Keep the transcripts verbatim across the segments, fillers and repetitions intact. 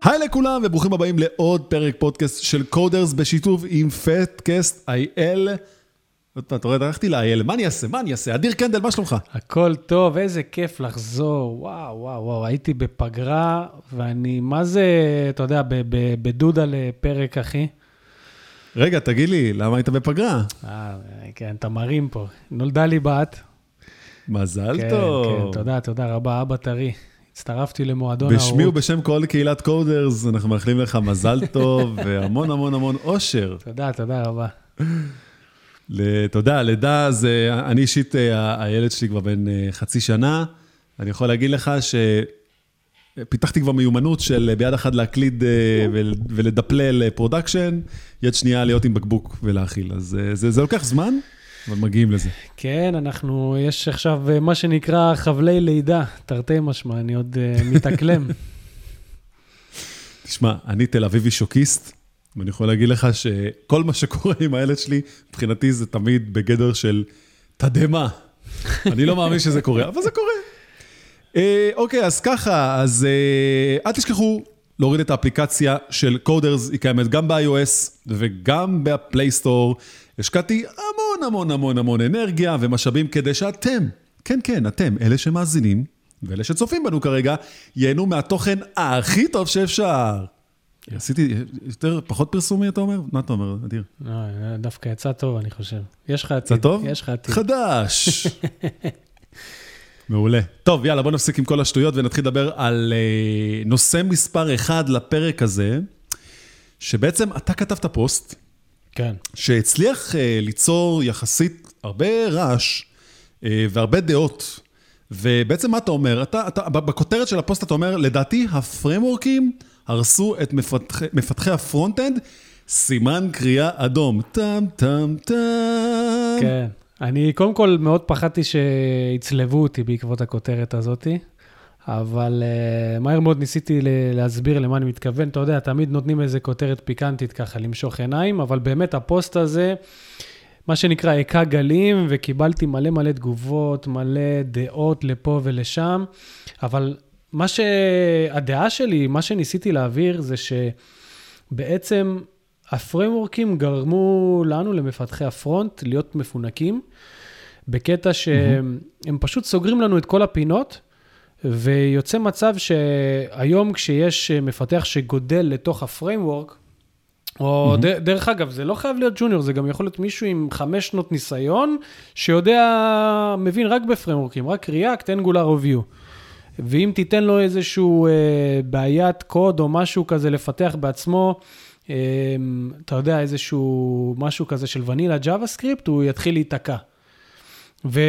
היי לכולם וברוכים הבאים לעוד פרק פודקאסט של קודרס בשיתוף עם פטקאסט איי אל. אתה רואה, הלכתי ל-איי אל, מה אני אעשה? מה אני אעשה? אדיר קנדל, מה שלומך? הכל טוב, איזה כיף לחזור, וואו, וואו, וואו, הייתי בפגרה, ואני, מה זה, אתה יודע, בדודה לפרק, אחי? רגע, תגיד לי, למה היית בפגרה? אה, כן, אתה מרים פה. נולדה לי בת. מזל כן, טוב. כן, תודה, תודה רבה, אבא טרי. הצטרפתי למועדון ההורות. בשמי ובשם כל קהילת קודרס, אנחנו מאחלים לך מזל טוב, והמון המון המון אושר. תודה, תודה רבה. תודה, לידה, זה, אני אישית, הילד שלי כבר בן חצי שנה, אני יכול להגיד לך שפיתחתי כבר מיומנות של ביד אחד להקליד ולדפלל פרודקשן, יד שנייה להיות עם בקבוק ולהכיל, אז זה, זה לוקח זמן, אבל מגיעים לזה. כן, אנחנו, יש עכשיו מה שנקרא חבלי לידה, תרתי משמע, אני עוד מתאקלם. תשמע, אני תל אביבי שוקיסט, ואני יכול להגיד לך שכל מה שקורה עם הילד שלי, מבחינתי זה תמיד בגדר של תדהמה. אני לא מאמין שזה קורה, אבל זה קורה. אה, אוקיי, אז ככה, אז אה, אל תשכחו להוריד את האפליקציה של קודרס, היא קיימת גם ב-iOS וגם בפלייסטור. השקעתי המון המון המון המון אנרגיה ומשאבים כדי שאתם, כן כן, אתם, אלה שמאזינים ואלה שצופים בנו כרגע, ייהנו מהתוכן הכי טוב שאפשר. עשיתי יותר, פחות פרסומי, אתה אומר? מה אתה אומר, אדיר? לא, דווקא יצא טוב, אני חושב. יש לך עתיד. יצא טוב? יש לך עתיד. חדש. מעולה. טוב, יאללה, בוא נפסיק עם כל השטויות ונתחיל לדבר על uh, נושא מספר אחד לפרק הזה, שבעצם אתה כתבת פוסט, כן. שהצליח uh, ליצור יחסית הרבה רעש uh, והרבה דעות, ובעצם מה אתה אומר? אתה, אתה, בכותרת של הפוסט אתה אומר, לדעתי הפריימוורקים הרסו את מפתחי, מפתחי הפרונט-אנד, סימן קריאה אדום. טם, טם, טם. כן. אני קודם כל מאוד פחדתי שהצלבו אותי בעקבות הכותרת הזאת, אבל uh, מהר מאוד ניסיתי להסביר למה אני מתכוון. אתה יודע, תמיד נותנים איזה כותרת פיקנטית ככה, למשוך עיניים, אבל באמת הפוסט הזה, מה שנקרא, עקה גלים, וקיבלתי מלא מלא תגובות, מלא דעות לפה ולשם, אבל מה שהדעה שלי, מה שניסיתי להעביר, זה שבעצם הפריימוורקים גרמו לנו, למפתחי הפרונט, להיות מפונקים, בקטע שהם פשוט סוגרים לנו את כל הפינות, ויוצא מצב שהיום כשיש מפתח שגודל לתוך הפריימוורק, או mm-hmm. ד, דרך אגב, זה לא חייב להיות ג'וניור, זה גם יכול להיות מישהו עם חמש שנות ניסיון, שיודע, מבין רק בפריימוורקים, רק ריאקט, אנגולר או ויו. ואם תיתן לו איזשהו אה, בעיית קוד או משהו כזה לפתח בעצמו, אה, אתה יודע, איזשהו משהו כזה של ונילה ג'אווה סקריפט, הוא יתחיל להתעקע. ו...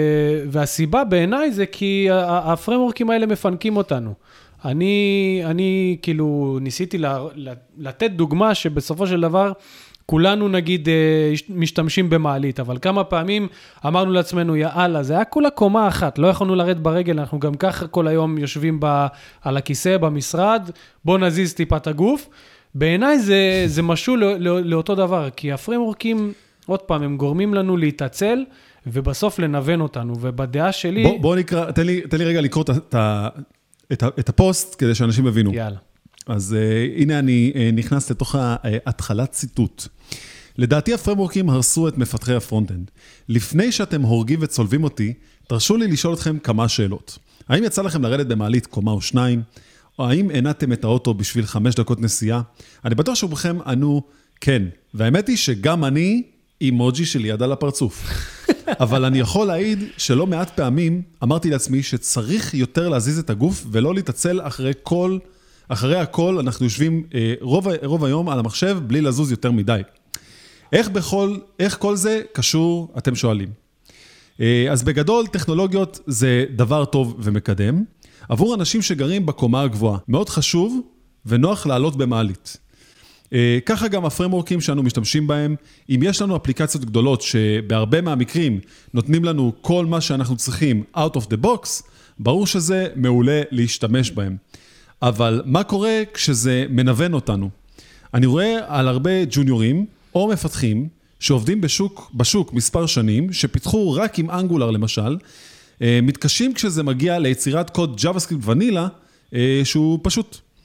והסיבה בעיניי זה כי הפריימוורקים האלה מפנקים אותנו. אני, אני כאילו ניסיתי לה, לתת דוגמה שבסופו של דבר, כולנו נגיד משתמשים במעלית, אבל כמה פעמים אמרנו לעצמנו, יאללה, זה היה כולה קומה אחת, לא יכולנו לרד ברגל, אנחנו גם ככה כל היום יושבים ב, על הכיסא במשרד, בוא נזיז טיפה את הגוף. בעיניי זה, זה משהו לא, לא, לאותו דבר, כי הפריימוורקים, עוד פעם, הם גורמים לנו להתעצל, ובסוף לנוון אותנו, ובדעה שלי... בוא, בוא נקרא, תן לי, תן לי רגע לקרוא את, את, את הפוסט, כדי שאנשים יבינו. יאללה. אז uh, הנה אני uh, נכנס לתוך התחלת ציטוט. לדעתי הפריימוורקים הרסו את מפתחי הפרונט-אנד. לפני שאתם הורגים וצולבים אותי, תרשו לי לשאול אתכם כמה שאלות. האם יצא לכם לרדת במעלית קומה או שניים? או האם הנעתם את האוטו בשביל חמש דקות נסיעה? אני בטוח שרובכם ענו כן. והאמת היא שגם אני אימוג'י של יד על הפרצוף. אבל אני יכול להעיד שלא מעט פעמים אמרתי לעצמי שצריך יותר להזיז את הגוף ולא להתעצל אחרי כל... אחרי הכל אנחנו יושבים אה, רוב, רוב היום על המחשב בלי לזוז יותר מדי. איך בכל, איך כל זה קשור, אתם שואלים. אה, אז בגדול, טכנולוגיות זה דבר טוב ומקדם. עבור אנשים שגרים בקומה הגבוהה, מאוד חשוב ונוח לעלות במעלית. אה, ככה גם הפריימוורקים שאנו משתמשים בהם, אם יש לנו אפליקציות גדולות שבהרבה מהמקרים נותנים לנו כל מה שאנחנו צריכים out of the box, ברור שזה מעולה להשתמש בהם. אבל מה קורה כשזה מנוון אותנו? אני רואה על הרבה ג'וניורים או מפתחים שעובדים בשוק, בשוק מספר שנים, שפיתחו רק עם אנגולר למשל, מתקשים כשזה מגיע ליצירת קוד JavaScript ונילה, שהוא פשוט.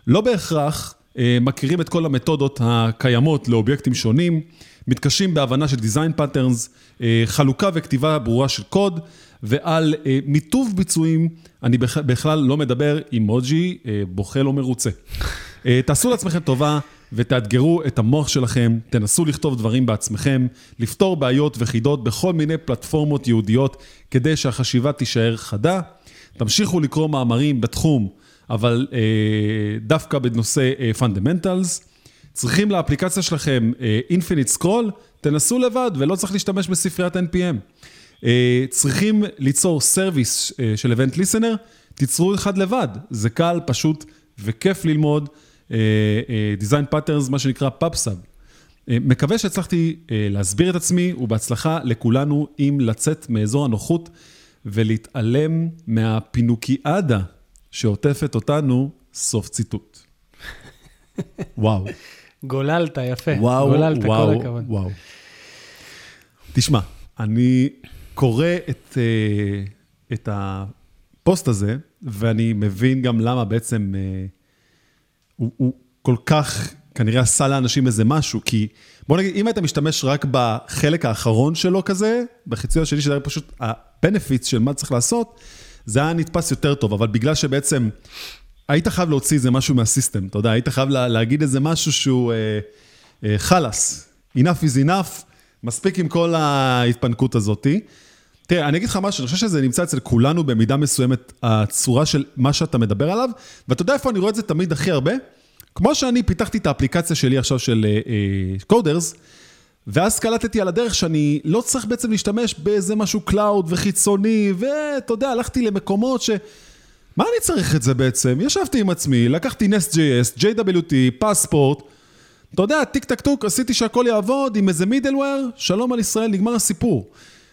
לא בהכרח מכירים את כל המתודות הקיימות לאובייקטים שונים, מתקשים בהבנה של design patterns, חלוקה וכתיבה ברורה של קוד, ועל מיטוב ביצועים, אני בכלל לא מדבר אימוג'י, בוחל או מרוצה. תעשו לעצמכם טובה ותאתגרו את המוח שלכם, תנסו לכתוב דברים בעצמכם, לפתור בעיות וחידות בכל מיני פלטפורמות יהודיות, כדי שהחשיבה תישאר חדה. תמשיכו לקרוא מאמרים בתחום, אבל דווקא בנושא fundamentals. צריכים לאפליקציה שלכם Infinite Scroll, תנסו לבד ולא צריך להשתמש בספריית אן פי אם. צריכים ליצור סרוויס של Event Listener, תיצרו אחד לבד. זה קל, פשוט וכיף ללמוד. Design Patterns, מה שנקרא PubSub. מקווה שהצלחתי להסביר את עצמי, ובהצלחה לכולנו עם לצאת מאזור הנוחות, ולהתעלם מהפינוקיאדה שעוטפת אותנו, סוף ציטוט. וואו. גוללת, יפה. וואו, גוללת, וואו, כל הכבוד. וואו. תשמע, אני קורא את, את הפוסט הזה, ואני מבין גם למה בעצם הוא, הוא כל כך כנראה עשה לאנשים איזה משהו, כי בוא נגיד, אם היית משתמש רק בחלק האחרון שלו כזה, בחציו השני שזה פשוט הבנפיץ של מה צריך לעשות, זה היה נתפס יותר טוב, אבל בגלל שבעצם היית חייב להוציא איזה משהו מהסיסטם, אתה יודע, היית חייב לה, להגיד איזה משהו שהוא אה, אה, חלס, enough is enough, מספיק עם כל ההתפנקות הזאת. תראה, אני אגיד לך משהו, אני חושב שזה נמצא אצל כולנו במידה מסוימת, הצורה של מה שאתה מדבר עליו, ואתה יודע איפה אני רואה את זה תמיד הכי הרבה? כמו שאני פיתחתי את האפליקציה שלי עכשיו של קודרס, uh, ואז קלטתי על הדרך שאני לא צריך בעצם להשתמש באיזה משהו קלאוד וחיצוני, ואתה יודע, הלכתי למקומות ש... מה אני צריך את זה בעצם? ישבתי עם עצמי, לקחתי Nest ג'יי אס, ג'יי דאבליו טי, פספורט, אתה יודע, טיק טק טוק, עשיתי שהכל יעבוד עם איזה מידלוור, שלום על ישראל, נגמר הסיפור.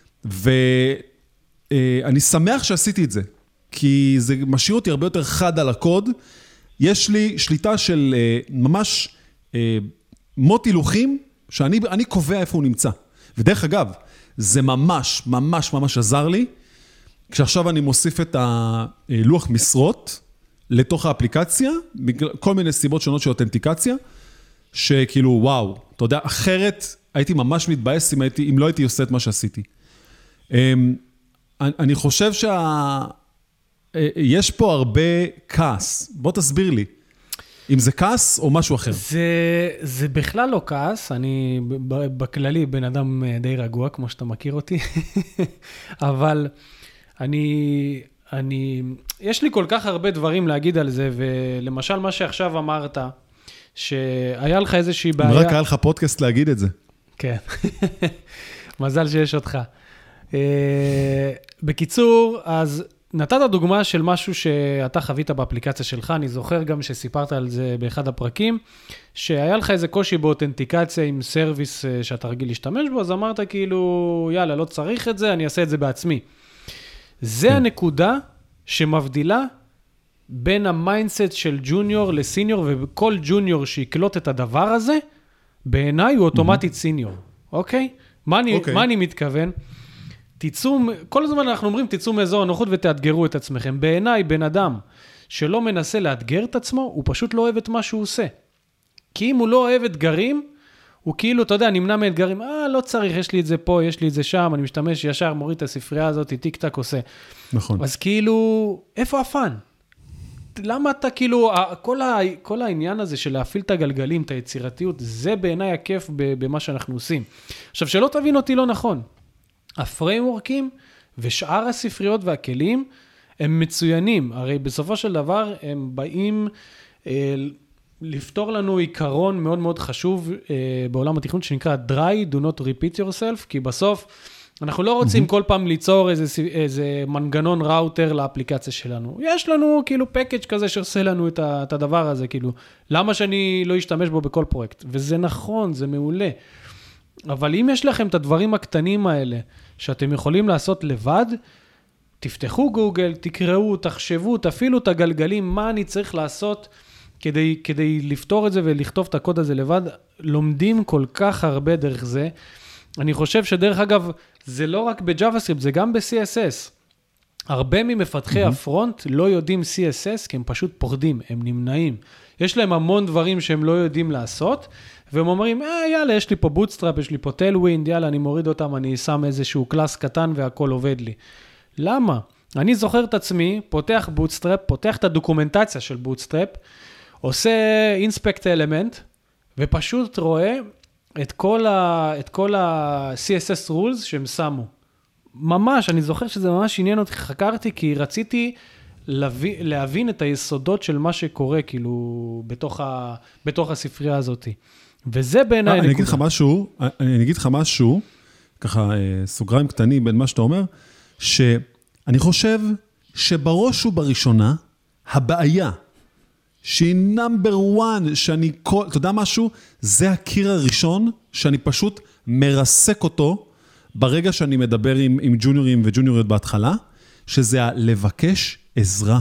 ואני שמח שעשיתי את זה, כי זה משאיר אותי הרבה יותר חד על הקוד, יש לי שליטה של ממש מות הילוכים, שאני אני קובע איפה הוא נמצא. ודרך אגב, זה ממש, ממש, ממש עזר לי, כשעכשיו אני מוסיף את הלוח משרות לתוך האפליקציה, כל מיני סיבות שונות של אותנטיקציה, שכאילו, וואו, אתה יודע, אחרת הייתי ממש מתבאס אם, הייתי, אם לא הייתי עושה את מה שעשיתי. אני חושב שה... יש פה הרבה כעס. בוא תסביר לי. אם זה כעס או משהו אחר. זה, זה בכלל לא כעס. אני בכללי בן אדם די רגוע, כמו שאתה מכיר אותי. אבל אני, אני, יש לי כל כך הרבה דברים להגיד על זה, ולמשל מה שעכשיו אמרת, שהיה לך איזושהי בעיה... רק היה לך פודקאסט להגיד את זה. כן. מזל שיש אותך. בקיצור, אז... נתת דוגמה של משהו שאתה חווית באפליקציה שלך, אני זוכר גם שסיפרת על זה באחד הפרקים, שהיה לך איזה קושי באותנטיקציה עם סרוויס שאתה רגיל להשתמש בו, אז אמרת כאילו, יאללה, לא צריך את זה, אני אעשה את זה בעצמי. זה כן. הנקודה שמבדילה בין המיינדסט של ג'וניור לסיניור, וכל ג'וניור שיקלוט את הדבר הזה, בעיניי הוא אוטומטית סיניור, אוקיי? מה אני, אוקיי. מה אני מתכוון? תצאו, כל הזמן אנחנו אומרים, תצאו מאזור הנוחות ותאתגרו את עצמכם. בעיניי, בן אדם שלא מנסה לאתגר את עצמו, הוא פשוט לא אוהב את מה שהוא עושה. כי אם הוא לא אוהב אתגרים, הוא כאילו, אתה יודע, נמנע מאתגרים, אה, לא צריך, יש לי את זה פה, יש לי את זה שם, אני משתמש ישר, מוריד את הספרייה הזאת, טיק טק עושה. נכון. אז כאילו, איפה הפן? למה אתה כאילו, כל, ה, כל העניין הזה של להפעיל את הגלגלים, את היצירתיות, זה בעיניי הכיף במה שאנחנו עושים. עכשיו, שלא תבין אותי לא נכון. הפריימוורקים ושאר הספריות והכלים הם מצוינים, הרי בסופו של דבר הם באים אה, לפתור לנו עיקרון מאוד מאוד חשוב אה, בעולם התכנות שנקרא dry, do not repeat yourself, כי בסוף אנחנו לא רוצים mm-hmm. כל פעם ליצור איזה, איזה מנגנון ראוטר לאפליקציה שלנו. יש לנו כאילו פקאג' כזה שעושה לנו את, ה, את הדבר הזה, כאילו, למה שאני לא אשתמש בו בכל פרויקט? וזה נכון, זה מעולה. אבל אם יש לכם את הדברים הקטנים האלה, שאתם יכולים לעשות לבד, תפתחו גוגל, תקראו, תחשבו, תפעילו את הגלגלים, מה אני צריך לעשות כדי, כדי לפתור את זה ולכתוב את הקוד הזה לבד. לומדים כל כך הרבה דרך זה. אני חושב שדרך אגב, זה לא רק ב-JavaScript, זה גם ב-סי אס אס. הרבה ממפתחי הפרונט לא יודעים סי אס אס, כי הם פשוט פוחדים, הם נמנעים. יש להם המון דברים שהם לא יודעים לעשות, והם אומרים, אה, יאללה, יש לי פה בוטסטראפ, יש לי פה טיילווינד, יאללה, אני מוריד אותם, אני שם איזשהו קלאס קטן והכל עובד לי. למה? אני זוכר את עצמי, פותח בוטסטראפ, פותח את הדוקומנטציה של בוטסטראפ, עושה אינספקט אלמנט, ופשוט רואה את כל ה, את כל ה-סי אס אס rules שהם שמו. ממש, אני זוכר שזה ממש עניין אותי, חקרתי, כי רציתי להבין, להבין את היסודות של מה שקורה, כאילו, בתוך, ה, בתוך הספרייה הזאת. וזה בעיניי נקודה. אני אגיד לך משהו, אני אגיד לך משהו, ככה סוגריים קטנים בין מה שאתה אומר, שאני חושב שבראש ובראשונה, הבעיה, שהיא נאמבר וואן, שאני כל, אתה יודע משהו? זה הקיר הראשון, שאני פשוט מרסק אותו, ברגע שאני מדבר עם, עם ג'וניורים וג'וניוריות בהתחלה, שזה לבקש עזרה.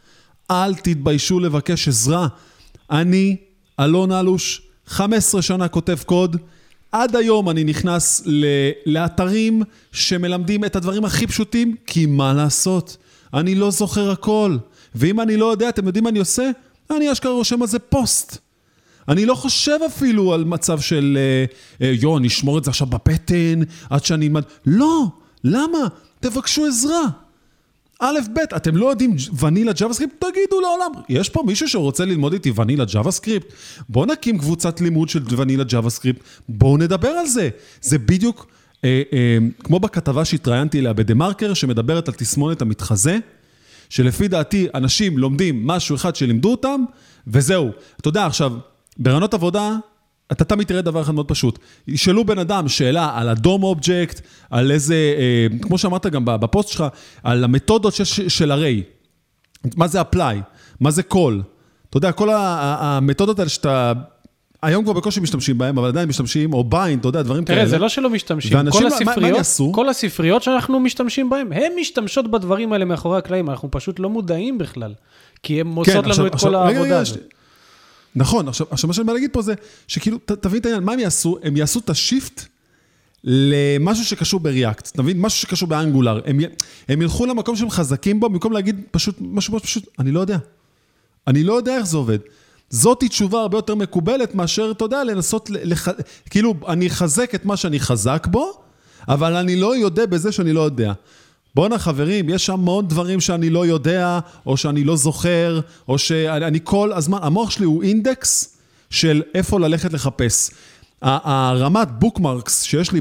אל תתביישו לבקש עזרה. אני, אלון אלוש, חמש עשרה שנה כותב קוד, עד היום אני נכנס לאתרים שמלמדים את הדברים הכי פשוטים, כי מה לעשות? אני לא זוכר הכל. ואם אני לא יודע, אתם יודעים מה אני עושה? אני אשכרה רושם על זה פוסט. אני לא חושב אפילו על מצב של, יו, אני אשמור את זה עכשיו בפטן, עד שאני אלמד. לא, למה? תבקשו עזרה. א' ב', אתם לא יודעים ונילה ג'אווה-סקריפט? תגידו לעולם. יש פה מישהו שרוצה ללמוד איתי ונילה ג'אווה-סקריפט? בואו נקים קבוצת לימוד של ונילה ג'אווה-סקריפט. בואו נדבר על זה. זה בדיוק, אה, אה, כמו בכתבה שהתראיינתי אליה בדה-מרקר, שמדברת על תסמונת המתחזה, שלפי דעתי אנשים לומדים משהו אחד שלימדו אותם, וזהו. אתה יודע, עכשיו, ברעיונות עבודה, אתה תמיד תראה דבר אחד מאוד פשוט. ישאלו בן אדם שאלה על הדום אובג'קט, על איזה, אה, כמו שאמרת גם בפוסט שלך, על המתודות של, של הרי. מה זה apply? מה זה call? אתה יודע, כל המתודות האלה שאתה, היום כבר בקושי משתמשים בהם, אבל עדיין משתמשים, או bind, אתה יודע, דברים כאלה. תראה, זה לא שלא משתמשים. כל הספריות, כל הספריות שאנחנו משתמשים בהם, הם משתמשות בדברים האלה מאחורי הקלעים, אנחנו פשוט לא מודעים בכלל, כי הם עושות לנו את כל העבודה הזאת. נכון, עכשיו, עכשיו מה שאני בא להגיד פה זה, שכאילו, ת, תבין את העניין, מה הם יעשו? הם יעשו את השיפט למשהו שקשור בריאקט, תבין, משהו שקשור באנגולר, הם, הם ילכו למקום שהם חזקים בו, במקום להגיד פשוט, משהו פשוט, אני לא יודע. אני לא יודע איך זה עובד. זאת תשובה הרבה יותר מקובלת, מאשר, אתה יודע, לנסות, לח... כאילו, אני חזק את מה שאני חזק בו, אבל אני לא יודע בזה שאני לא יודע. בואו חברים, יש שם מאוד דברים שאני לא יודע, או שאני לא זוכר, או שאני כל הזמן, המוח שלי הוא אינדקס של איפה ללכת לחפש. הרמת בוקמרקס שיש לי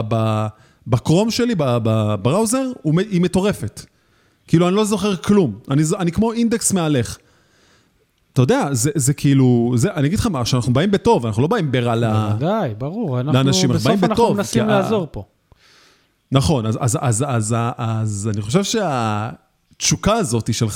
בקרום שלי, בראוזר, היא מטורפת. כאילו, אני לא זוכר כלום. אני, אני כמו אינדקס מהלך. אתה יודע, זה, זה כאילו, זה, אני אגיד לך מה, שאנחנו באים בטוב, אנחנו לא באים ברע לאנשים. די, ברור. אנחנו, בסוף אנחנו מנסים לעזור פה. נכון, אז, אז, אז, אז, אז אני חושב שהתשוקה הזאת שלך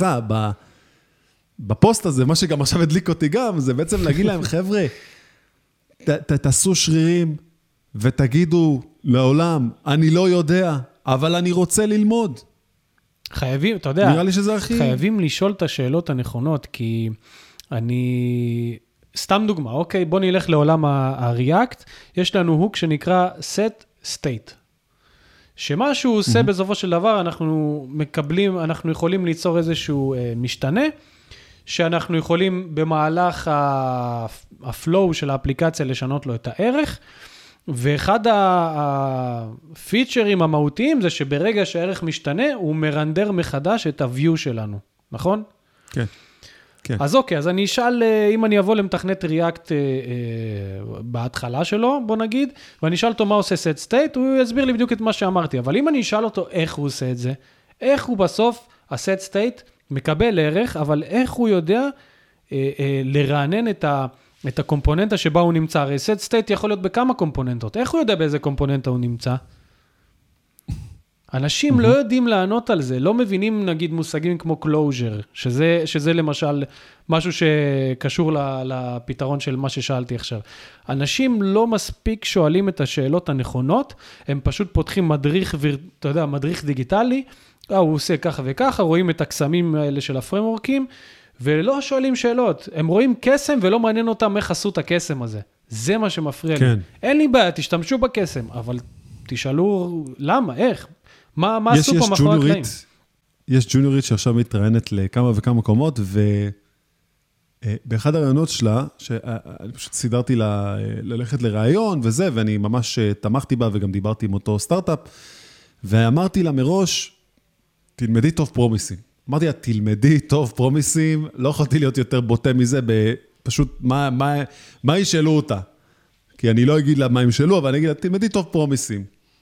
בפוסט הזה, מה שגם עכשיו הדליק אותי גם, זה בעצם להגיד להם, חבר'ה, ת, ת, תעשו שרירים ותגידו לעולם, אני לא יודע, אבל אני רוצה ללמוד. חייבים, אתה יודע, נראה לי שזה הכי... חייבים לשאול את השאלות הנכונות, כי אני... סתם דוגמה, אוקיי, בוא נלך לעולם ה-React, יש לנו הוק שנקרא set state. שמה שהוא עושה בסופו של דבר, אנחנו מקבלים, אנחנו יכולים ליצור איזשהו משתנה, שאנחנו יכולים במהלך הפלואו של האפליקציה לשנות לו את הערך, ואחד הפיצ'רים המהותיים זה שברגע שהערך משתנה, הוא מרנדר מחדש את ה-view שלנו, נכון? כן. כן. אז אוקיי, אז אני אשאל, אם אני אבוא למתכנת React בהתחלה שלו, בוא נגיד, ואני אשאל אותו מה עושה set state, הוא יסביר לי בדיוק את מה שאמרתי, אבל אם אני אשאל אותו איך הוא עושה את זה, איך הוא בסוף, ה-set state מקבל ערך, אבל איך הוא יודע אה, אה, לרענן את, ה, את הקומפוננטה שבה הוא נמצא, הרי set state יכול להיות בכמה קומפוננטות, איך הוא יודע באיזה קומפוננטה הוא נמצא? אנשים לא יודעים לענות על זה, לא מבינים נגיד מושגים כמו closure, שזה, שזה למשל משהו שקשור לפתרון של מה ששאלתי עכשיו. אנשים לא מספיק שואלים את השאלות הנכונות, הם פשוט פותחים מדריך, אתה יודע, מדריך דיגיטלי, אה, הוא עושה ככה וככה, רואים את הקסמים האלה של הפרמורקים, ולא שואלים שאלות, הם רואים קסם ולא מעניין אותם איך עשו את הקסם הזה. זה מה שמפריע כן. לי. אין לי בעיה, תשתמשו בקסם, אבל תשאלו למה, איך? מה, מה עשו פה מאחורי הקלעים? יש ג'וניורית שעכשיו מתראיינת לכמה וכמה מקומות, ובאחד הרעיונות שלה, שאני פשוט סידרתי לה ללכת לרעיון וזה, ואני ממש תמכתי בה וגם דיברתי עם אותו סטארט-אפ, ואמרתי לה מראש, תלמדי טוב פרומיסים. אמרתי לה, תלמדי טוב פרומיסים, לא יכולתי להיות יותר בוטה מזה, פשוט מה, מה, מה ישאלו אותה? כי אני לא אגיד לה מה ישאלו, אבל אני אגיד לה, תלמדי טוב פרומיסים.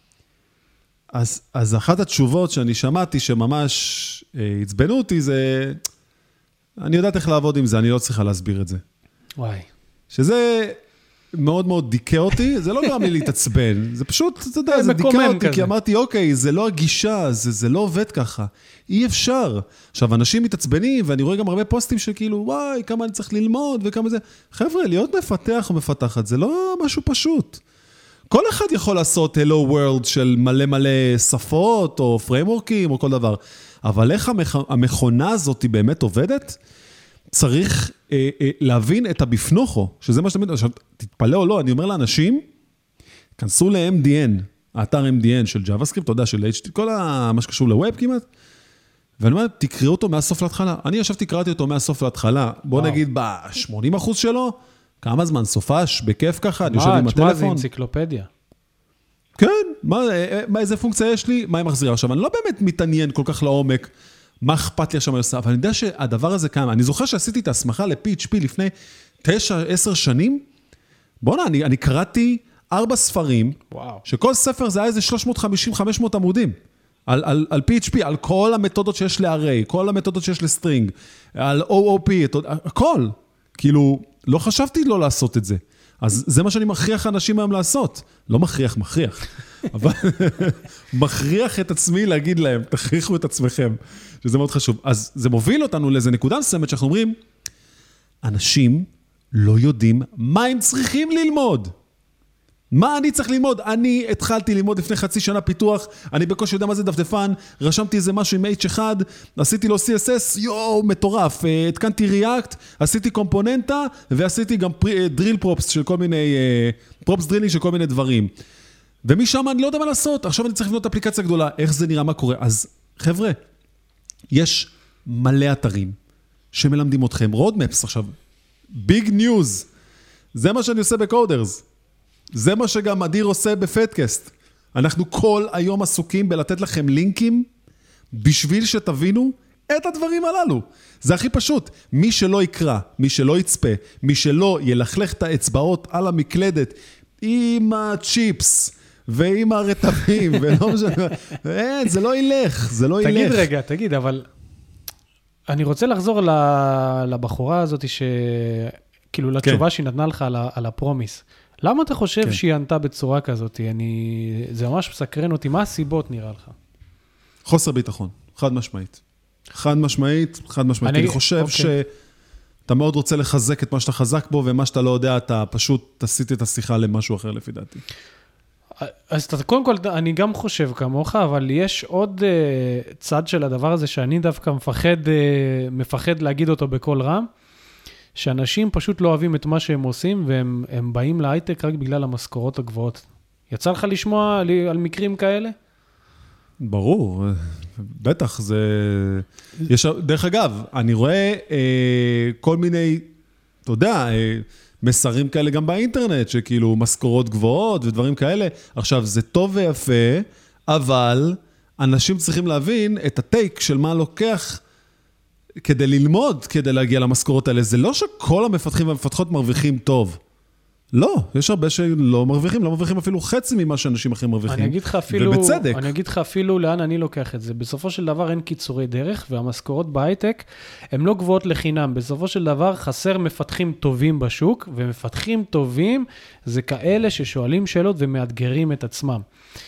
אז, אז אחת התשובות שאני שמעתי שממש אה, הצבנו אותי זה, אני יודעת איך לעבוד עם זה, אני לא צריכה להסביר את זה. וואי. שזה מאוד מאוד דיכה אותי, זה לא גרם לי להתעצבן, זה פשוט, אתה יודע, זה דיכה אותי, כי אמרתי, אוקיי, זה לא הגישה, זה, זה לא עובד ככה, אי אפשר. עכשיו, אנשים מתעצבנים, ואני רואה גם הרבה פוסטים שכאילו, וואי, כמה אני צריך ללמוד, וכמה זה, חבר'ה, להיות מפתח או מפתחת, זה לא משהו פשוט. כל אחד יכול לעשות Hello World של מלא מלא שפות, או פריימורקים, או כל דבר, אבל איך המכ... המכונה הזאת היא באמת עובדת? צריך אה, אה, להבין את הבפנוכו, שזה מה שאתה מבין, עכשיו, תתפלא או לא, אני אומר לאנשים, כנסו ל-אם די אן, האתר אם די אן של JavaScript, אתה יודע, של אייץ' טי, כל ה... מה שקשור לווב כמעט, ואני אומר, תקראו אותו מהסוף להתחלה. אני ישבתי, קראתי אותו מהסוף להתחלה, בוא וואו. נגיד ב-שמונים אחוז שלו, כמה זמן, סופש, בכיף ככה, אני יושב עם הטלפון. מה, זה אנציקלופדיה. כן, מה, מה, איזה פונקציה יש לי, מה היא מחזירה? עכשיו, אני לא באמת מתעניין כל כך לעומק, מה אכפת לי עכשיו מה עושה, אבל אני יודע שהדבר הזה קיים. אני זוכר שעשיתי את ההסמכה ל-פי אייץ' פי לפני תשע, עשר שנים. בוא'נה, אני, אני קראתי ארבע ספרים, וואו. שכל ספר זה היה איזה שלוש מאות חמישים עד חמש מאות עמודים, על, על, על פי אייץ' פי, על כל המתודות שיש ל-array, כל המתודות שיש לסטרינג, על או או פי, הכל. כאילו, לא חשבתי לא לעשות את זה. אז זה מה שאני מכריח אנשים היום לעשות. לא מכריח, מכריח. אבל מכריח את עצמי להגיד להם, תכריחו את עצמכם, שזה מאוד חשוב. אז זה מוביל אותנו לאיזה נקודה מסוימת שאנחנו אומרים, אנשים לא יודעים מה הם צריכים ללמוד. מה אני צריך ללמוד? אני התחלתי ללמוד לפני חצי שנה פיתוח, אני בקושי יודע מה זה דפדפן, רשמתי איזה משהו עם אייץ' אחד, עשיתי לו סי אס אס, יואו, מטורף, התקנתי ריאקט, עשיתי קומפוננטה, ועשיתי גם דריל פרופס של כל מיני, פרופס דרילינג של כל מיני דברים. ומשם אני לא יודע מה לעשות, עכשיו אני צריך לבנות אפליקציה גדולה, איך זה נראה, מה קורה? אז חבר'ה, יש מלא אתרים שמלמדים אתכם, רודמפס עכשיו, ביג ניוז, זה מה שאני עושה בקודרס. זה מה שגם אדיר עושה בפדקאסט. אנחנו כל היום עסוקים בלתת לכם לינקים, בשביל שתבינו את הדברים הללו. זה הכי פשוט. מי שלא יקרא, מי שלא יצפה, מי שלא ילכלך את האצבעות על המקלדת, עם הצ'יפס, ועם הרטבים, ולא משנה, אין, זה לא ילך, זה לא ילך. תגיד רגע, תגיד, אבל אני רוצה לחזור לבחורה הזאת, כאילו לתשובה שהיא נתנה לך על הפרומיס. למה אתה חושב כן. שהיא ענתה בצורה כזאת? אני... זה ממש מסקרן אותי. מה הסיבות נראה לך? חוסר ביטחון, חד משמעית. חד משמעית, חד משמעית. אני, אני חושב אוקיי. שאתה מאוד רוצה לחזק את מה שאתה חזק בו, ומה שאתה לא יודע, אתה פשוט תסיט את השיחה למשהו אחר לפי דעתי. אז אתה, קודם כל, אני גם חושב כמוך, אבל יש עוד uh, צד של הדבר הזה, שאני דווקא מפחד, uh, מפחד להגיד אותו בכל רם, שאנשים פשוט לא אוהבים את מה שהם עושים, והם הם באים להייטק רק בגלל המשכורות הגבוהות. יצא לך לשמוע על מקרים כאלה? ברור, בטח, זה... יש... דרך אגב, אני רואה אה, כל מיני, אתה יודע, אה, מסרים כאלה גם באינטרנט, שכאילו משכורות גבוהות ודברים כאלה. עכשיו, זה טוב ויפה, אבל אנשים צריכים להבין את הטייק של מה לוקח כדי ללמוד, כדי להגיע למשכורות האלה. זה לא שכל המפתחים והמפתחות מרוויחים טוב. לא, יש הרבה שלא מרוויחים, לא מרוויחים אפילו חצי ממה שאנשים אחרים מרוויחים. אני אגיד לך אפילו, ובצדק. אני אגיד לך אפילו לאן אני לוקח את זה. בסופו של דבר אין קיצורי דרך, והמשכורות בהייטק הן לא גבוהות לחינם. בסופו של דבר חסר מפתחים טובים בשוק, ומפתחים טובים זה כאלה ששואלים שאלות ומאתגרים את עצמם.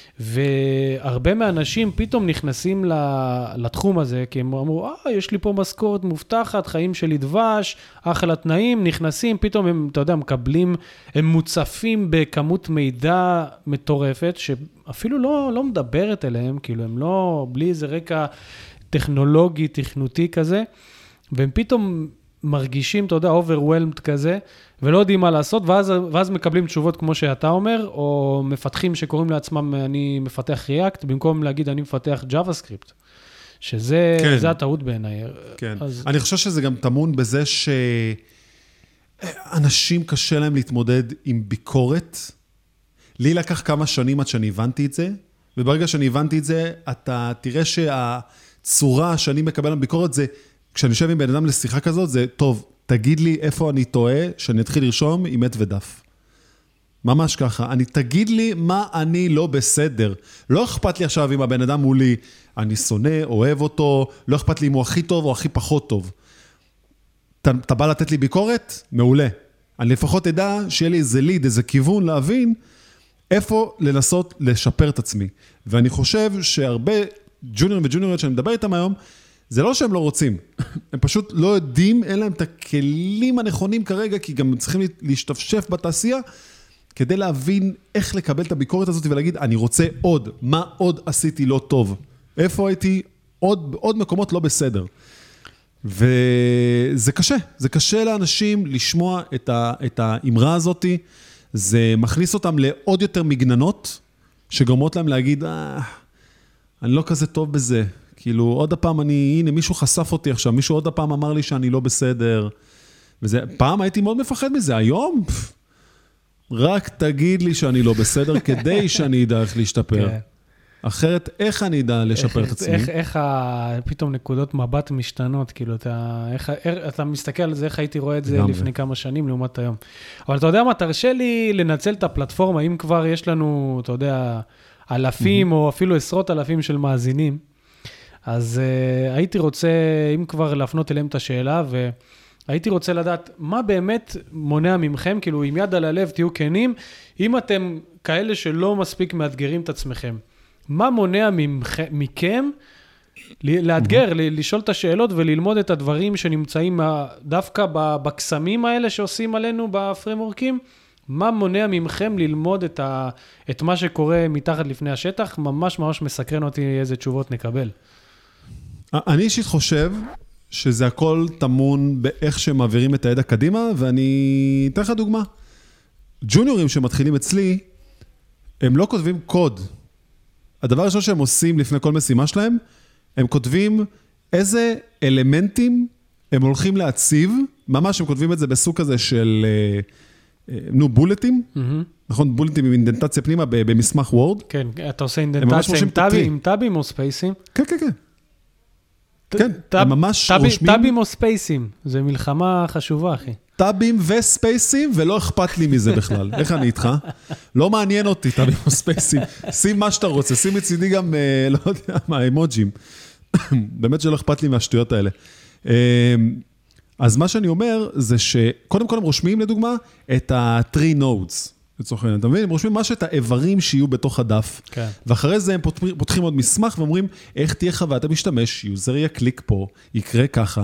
והרבה מהאנשים פתאום נכנסים לתחום הזה, כי הם אמרו, אה, יש לי פה משכורת מובטחת, חיים שלי דבש, אחלה תנאים, נכנסים, פתאום הם, אתה יודע, מקבלים, הם מוצפים בכמות מידע מטורפת, שאפילו לא, לא מדברת אליהם, כאילו הם לא, בלי איזה רקע טכנולוגי, תכנותי כזה, והם פתאום מרגישים, אתה יודע, overwhelmed כזה, ולא יודעים מה לעשות, ואז, ואז מקבלים תשובות כמו שאתה אומר, או מפתחים שקוראים לעצמם, אני מפתח React, במקום להגיד אני מפתח JavaScript, שזה כן. זה הטעות בעיניי. כן. אז... אני חושב שזה גם טמון בזה שאנשים קשה להם להתמודד עם ביקורת. לי לקח כמה שנים עד שאני הבנתי את זה, וברגע שאני הבנתי את זה, אתה תראה שהצורה שאני מקבל עם ביקורת זה, כשאני יושב עם בן אדם לשיחה כזאת, זה טוב, תגיד לי איפה אני טועה, שאני אתחיל לרשום עם עת ודף. ממש ככה. אני, תגיד לי מה אני לא בסדר. לא אכפת לי עכשיו אם הבן אדם מולי, אני שונא, אוהב אותו, לא אכפת לי אם הוא הכי טוב או הכי פחות טוב. אתה, אתה בא לתת לי ביקורת? מעולה. אני לפחות אדע שיהיה לי איזה ליד, איזה כיוון להבין איפה לנסות לשפר את עצמי. ואני חושב שהרבה ג'וניורים וג'וניוריות שאני מדבר איתם היום, זה לא שהם לא רוצים. הם פשוט לא יודעים, אין להם את הכלים הנכונים כרגע, כי גם צריכים להשתפשף בתעשייה, כדי להבין איך לקבל את הביקורת הזאת ולהגיד, אני רוצה עוד, מה עוד עשיתי לא טוב? איפה הייתי עוד, עוד מקומות לא בסדר? וזה קשה, זה קשה לאנשים לשמוע את, ה, את האמרה הזאת, זה מכניס אותם לעוד יותר מגננות, שגורמות להם להגיד, אה, אני לא כזה טוב בזה, כאילו עוד הפעם אני, הנה מישהו חשף אותי עכשיו, מישהו עוד הפעם אמר לי שאני לא בסדר, וזה, פעם הייתי מאוד מפחד מזה, היום, רק תגיד לי שאני לא בסדר, כדי שאני אדע איך להשתפר. אחרת, איך אני אדע לשפר את עצמי? איך, איך פתאום נקודות מבט משתנות, כאילו, אתה, איך, אתה מסתכל על זה, איך הייתי רואה את זה לפני כמה שנים, לעומת היום. אבל אתה יודע מה, תרשה לי לנצל את הפלטפורמה, אם כבר יש לנו, אתה יודע, אלפים או אפילו עשרות אלפים של מאזינים, אז uh, הייתי רוצה, אם כבר להפנות אליהם את השאלה, והייתי רוצה לדעת, מה באמת מונע ממכם, כאילו, עם יד על הלב, תהיו כנים, אם אתם כאלה שלא מספיק מאתגרים את עצמכם, מה מונע ממכם, מכם לאתגר, לשאול את השאלות וללמוד את הדברים שנמצאים דווקא בקסמים האלה שעושים עלינו בפרמורקים? מה מונע ממכם ללמוד את, ה, את מה שקורה מתחת לפני השטח? ממש ממש מסקרן אותי איזה תשובות נקבל. אני אישית חושב שזה הכל תמון באיך שמעבירים את הידע קדימה, ואני אתן לך דוגמה. ג'וניורים שמתחילים אצלי, הם לא כותבים קוד. הדבר הראשון שהם עושים לפני כל משימה שלהם, הם כותבים איזה אלמנטים הם הולכים להציב, ממש הם כותבים את זה בסוג כזה של, נו, בולטים, mm-hmm. נכון? בולטים עם אינדנטציה פנימה במסמך וורד. כן, אתה עושה אינדנטציה עם טאבים, עם טאבים או ספייסים? כן, כן, כן. כן, הם ממש רושמים... טאבים או ספייסים, זה מלחמה חשובה, אחי. טאבים וספייסים, ולא אכפת לי מזה בכלל. איך אני איתך? לא מעניין אותי, טאבים או ספייסים. שים מה שאתה רוצה, שים מצידי גם, לא יודע מה, אמוג'ים. באמת שלא אכפת לי מהשטויות האלה. אז מה שאני אומר, זה שקודם כל הם רושמים, לדוגמה, את ה-three nodes. לצורך העניין, אתה מבין? הם רושמים ממש את האיברים שיהיו בתוך הדף. כן. ואחרי זה הם פותחים עוד מסמך ואומרים, איך תהיה חוויית המשתמש, יוזר יקליק פה, יקרה ככה.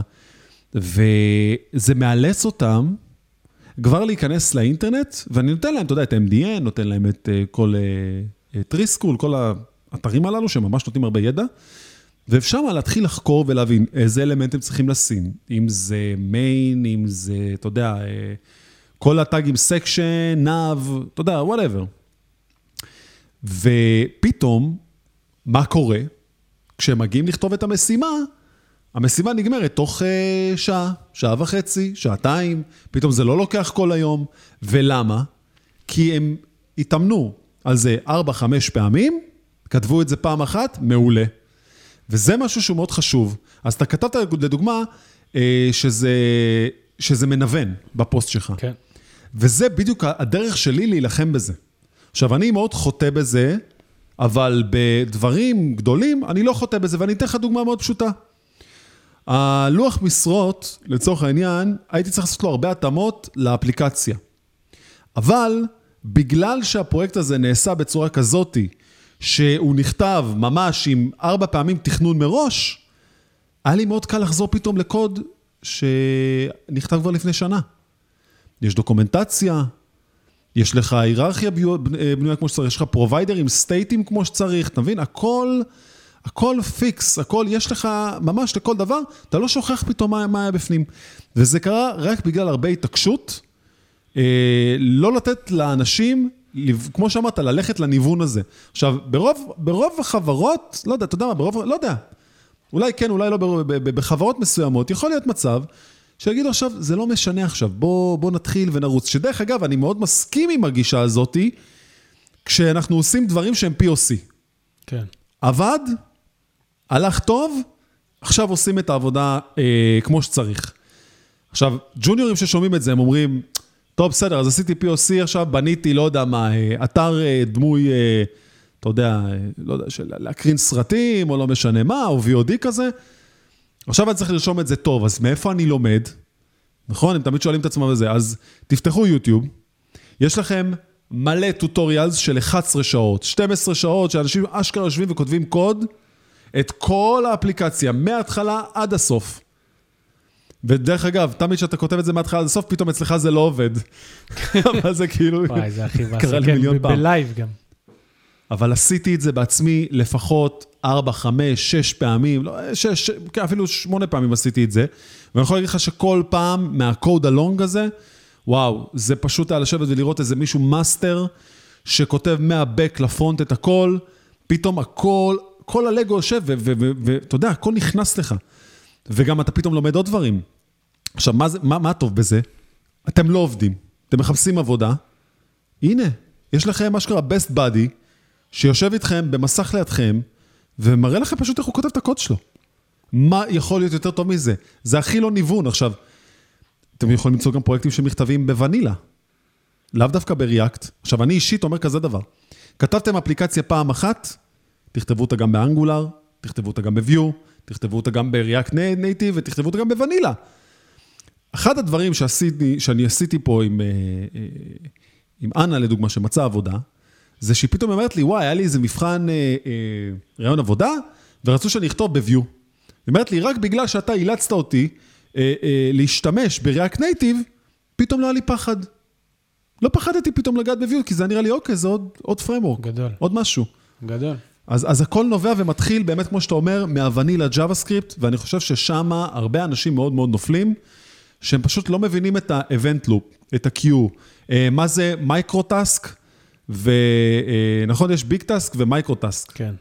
וזה מאלץ אותם כבר להיכנס לאינטרנט, ואני נותן להם, אתה יודע, את ה-אם די אן, נותן להם את כל טריסקול, כל האתרים הללו, שממש נותנים הרבה ידע, ואפשר מה להתחיל לחקור ולהבין איזה אלמנט הם צריכים לשים, אם זה מיין, אם זה, אתה יודע, כל הטאגים סקשן, נאב, אתה יודע, whatever. ופתאום, מה קורה? כשהם מגיעים לכתוב את המשימה, המשימה נגמרת תוך uh, שעה, שעה וחצי, שעתיים, פתאום זה לא לוקח כל היום. ולמה? כי הם התאמנו על זה ארבע, חמש פעמים, כתבו את זה פעם אחת, מעולה. וזה משהו שהוא מאוד חשוב. אז אתה כתבת לדוגמה, uh, שזה, שזה מנוון בפוסט שלך. כן. וזה בדיוק הדרך שלי להילחם בזה. עכשיו, אני מאוד חוטא בזה, אבל בדברים גדולים, אני לא חוטא בזה, ואני אתן לך דוגמה מאוד פשוטה. הלוח משרות, לצורך העניין, הייתי צריך לעשות לו הרבה התאמות לאפליקציה. אבל, בגלל שהפרויקט הזה נעשה בצורה כזאת, שהוא נכתב ממש עם ארבע פעמים תכנון מראש, היה לי מאוד קל לחזור פתאום לקוד שנכתב כבר לפני שנה. יש דוקומנטציה, יש לך היררכיה בנויה כמו שצריך, יש לך פרוביידר עם סטייטים כמו שצריך, אתה מבין? הכל, הכל פיקס, הכל, יש לך ממש לכל דבר, אתה לא שוכח פתאום מה, מה היה בפנים. וזה קרה רק בגלל הרבה התעקשות, אה, לא לתת לאנשים, כמו שאמרת, ללכת לניוון הזה. עכשיו, ברוב, ברוב החברות, לא יודע, אתה יודע מה, ברוב, לא יודע, אולי כן, אולי לא בחברות מסוימות, יכול להיות מצב שיגידו עכשיו, זה לא משנה עכשיו, בוא, בוא נתחיל ונרוץ. שדרך אגב, אני מאוד מסכים עם הגישה הזאת, כשאנחנו עושים דברים שהם פי או סי. כן. עבד, הלך טוב, עכשיו עושים את העבודה אה, כמו שצריך. עכשיו, ג'וניורים ששומעים את זה, הם אומרים, טוב, בסדר, אז עשיתי פי או סי עכשיו, בניתי, לא יודע מה, אתר דמוי, אתה יודע, לא יודע, של להקרין סרטים, או לא משנה מה, או וי או די כזה. עכשיו אני צריך לרשום את זה טוב, אז מאיפה אני לומד? נכון? הם תמיד שואלים את עצמם בזה. אז תפתחו יוטיוב, יש לכם מלא טוטוריאלס של אחת עשרה שעות, שתים עשרה שעות, שאנשים אשכרה יושבים וכותבים קוד, את כל האפליקציה, מההתחלה עד הסוף. ודרך אגב, תמיד שאתה כותב את זה מההתחלה עד הסוף, פתאום אצלך זה לא עובד. אבל זה כאילו... וואי, זה הכי בעסק, כן, בלייב גם. אבל עשיתי את זה בעצמי לפחות ארבע, חמש, שש פעמים, לא, שש, אפילו שמונה פעמים עשיתי את זה, ואני יכול להגיד לך שכל פעם מהקוד הלונג הזה, וואו, זה פשוט היה לשבת ולראות איזה מישהו מאסטר, שכותב מהבק לפרונט את הכל, פתאום הכל, כל הלגו יושב, ואתה יודע, הכל נכנס לך. וגם אתה פתאום לומד עוד דברים. עכשיו, מה, זה, מה, מה טוב בזה? אתם לא עובדים, אתם מחפשים עבודה, הנה, יש לכם מה שקרה best buddy, שיושב איתכם במסך לידכם, ומראה לכם פשוט איך הוא כותב את הקוד שלו. מה יכול להיות יותר טוב מזה? זה הכי לא ניוון. עכשיו, אתם יכולים למצוא גם פרויקטים שמכתבים בוונילה, לאו דווקא בריאקט. עכשיו, אני אישית אומר כזה דבר. כתבתם אפליקציה פעם אחת, תכתבו אותה גם באנגולר, תכתבו אותה גם בוויו, תכתבו אותה גם בריאקט נייטיב, ותכתבו אותה גם בוונילה. אחד הדברים שעשיתי, שאני עשיתי פה עם, עם אנה, לדוגמה, שמצא עבודה, זה שהיא פתאום אומרת לי, וואי, היה לי איזה מבחן אה, אה, רעיון עבודה, ורצו שאני אכתוב בוויו. היא אומרת לי, רק בגלל שאתה אילצת אותי אה, אה, להשתמש בריאקט נייטיב, פתאום לא היה לי פחד. לא פחדתי פתאום לגעת בוויו, כי זה נראה לי, אוקיי, זה עוד, עוד פריימוורק. גדול. עוד משהו. גדול. אז, אז הכל נובע ומתחיל, באמת כמו שאתה אומר, מהוונילה ג'אווה-סקריפט, ואני חושב ששם הרבה אנשים מאוד מאוד נופלים, שהם פשוט לא מבינים את ה-event loop, את ה-Q, אה, מה זה מייקרו-טאסק, ונכון, יש ביג טאסק ומייקרו טאסק. כן.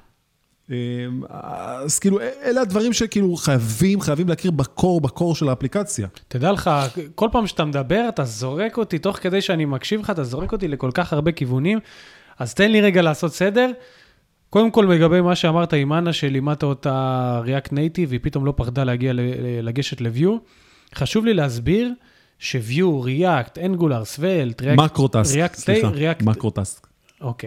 אז כאילו, אלה הדברים שכאילו חייבים, חייבים להכיר בקור, בקור של האפליקציה. תדע לך, כל פעם שאתה מדבר, אתה זורק אותי, תוך כדי שאני מקשיב לך, אתה זורק אותי לכל כך הרבה כיוונים, אז תן לי רגע לעשות סדר. קודם כל, לגבי מה שאמרת עם אנה, שלימדת אותה React Native, והיא פתאום לא פחדה להגיע, לגשת ל-View, חשוב לי להסביר, ש-View, React, Angular, Svelte, React... מקרו-טאסק, סליחה, מקרו-טאסק. אוקיי.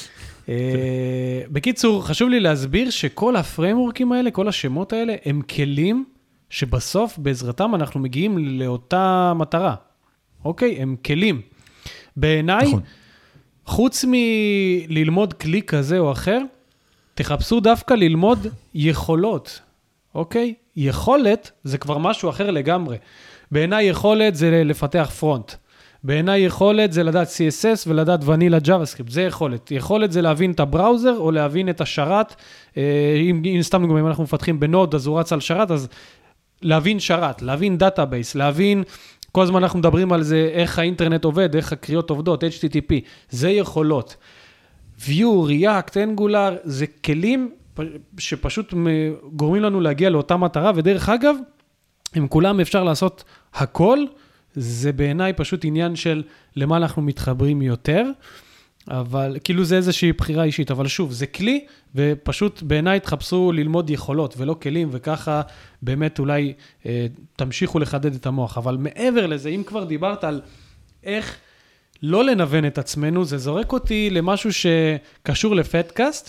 בקיצור, חשוב לי להסביר שכל הפריימוורקים האלה, כל השמות האלה, הם כלים שבסוף, בעזרתם, אנחנו מגיעים לאותה מטרה. אוקיי? הם כלים. בעיניי, חוץ מללמוד כלי כזה או אחר, תחפשו דווקא ללמוד יכולות. אוקיי? יכולת זה כבר משהו אחר לגמרי. בעיניי יכולת זה לפתח פרונט. בעיניי יכולת זה לדעת סי אס אס ולדעת ונילה ג'אווה-סקריפט. זה יכולת. יכולת זה להבין את הבראוזר או להבין את השרת. אם, אם סתם גם אם אנחנו מפתחים בנוד, אז הוא רץ על שרת, אז להבין שרת, להבין דאטאבייס, להבין, כל הזמן אנחנו מדברים על זה, איך האינטרנט עובד, איך הקריאות עובדות, אייץ' טי טי פי. זה יכולות. Vue, React, Angular, זה כלים שפשוט גורמים לנו להגיע לאותה מטרה, ודרך אגב, עם כולם אפשר לעשות הכל, זה בעיניי פשוט עניין של למה אנחנו מתחברים יותר, אבל כאילו זה איזושהי בחירה אישית, אבל שוב, זה כלי, ופשוט בעיניי תחפשו ללמוד יכולות ולא כלים, וככה באמת אולי אה, תמשיכו לחדד את המוח, אבל מעבר לזה, אם כבר דיברת על איך לא לנוון את עצמנו, זה זורק אותי למשהו שקשור לפטקאסט,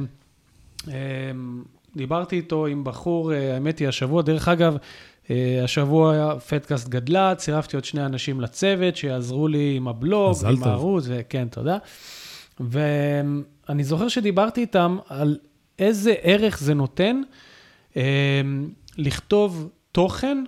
שדיברתי איתו עם בחור, האמת היא השבוע, דרך אגב, השבוע פטקאסט גדלה, צירפתי עוד שני אנשים לצוות, שיעזרו לי עם הבלוג, עם הערוץ, וכן, תודה. ואני זוכר שדיברתי איתם על איזה ערך זה נותן, לכתוב תוכן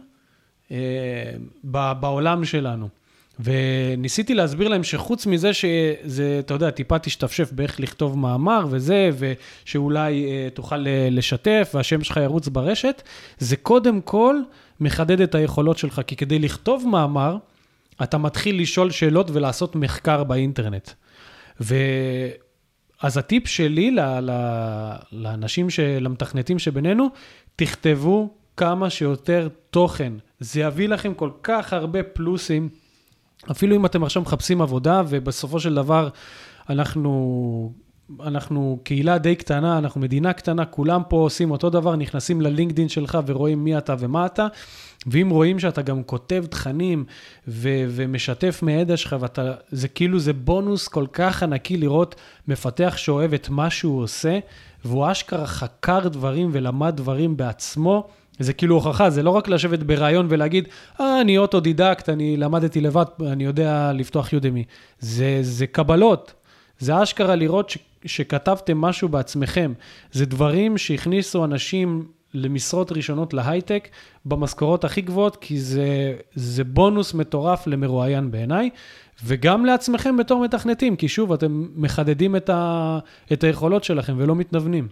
בעולם שלנו. וניסיתי להסביר להם שחוץ מזה שזה, אתה יודע, טיפה תשתפשף באיך לכתוב מאמר וזה, ושאולי תוכל לשתף והשם שלך ירוץ ברשת, זה קודם כל מחדד את היכולות שלך, כי כדי לכתוב מאמר, אתה מתחיל לשאול שאלות ולעשות מחקר באינטרנט. אז הטיפ שלי ל, ל, לאנשים, למתכנתים שבינינו, תכתבו כמה שיותר תוכן. זה יביא לכם כל כך הרבה פלוסים, אפילו אם אתם עכשיו מחפשים עבודה, ובסופו של דבר אנחנו, אנחנו קהילה די קטנה, אנחנו מדינה קטנה, כולם פה עושים אותו דבר, נכנסים ללינקדין שלך ורואים מי אתה ומה אתה, ואם רואים שאתה גם כותב תכנים ו- ומשתף מהידע שלך, ואתה, זה כאילו זה בונוס כל כך ענקי לראות מפתח שאוהב את מה שהוא עושה, והוא אשכרה חקר דברים ולמד דברים בעצמו, זה כאילו הוכחה, זה לא רק לשבת ברעיון ולהגיד, אה, אני אוטודידקט, אני למדתי לבד, אני יודע לפתוח יודמי. זה, זה קבלות. זה אשכרה לראות ש, שכתבתם משהו בעצמכם. זה דברים שהכניסו אנשים למשרות ראשונות להייטק, במשכורות הכי גבוהות, כי זה, זה בונוס מטורף למרואיין בעיניי, וגם לעצמכם בתור מתכנתים, כי שוב, אתם מחדדים את, ה, את היכולות שלכם ולא מתנוונים.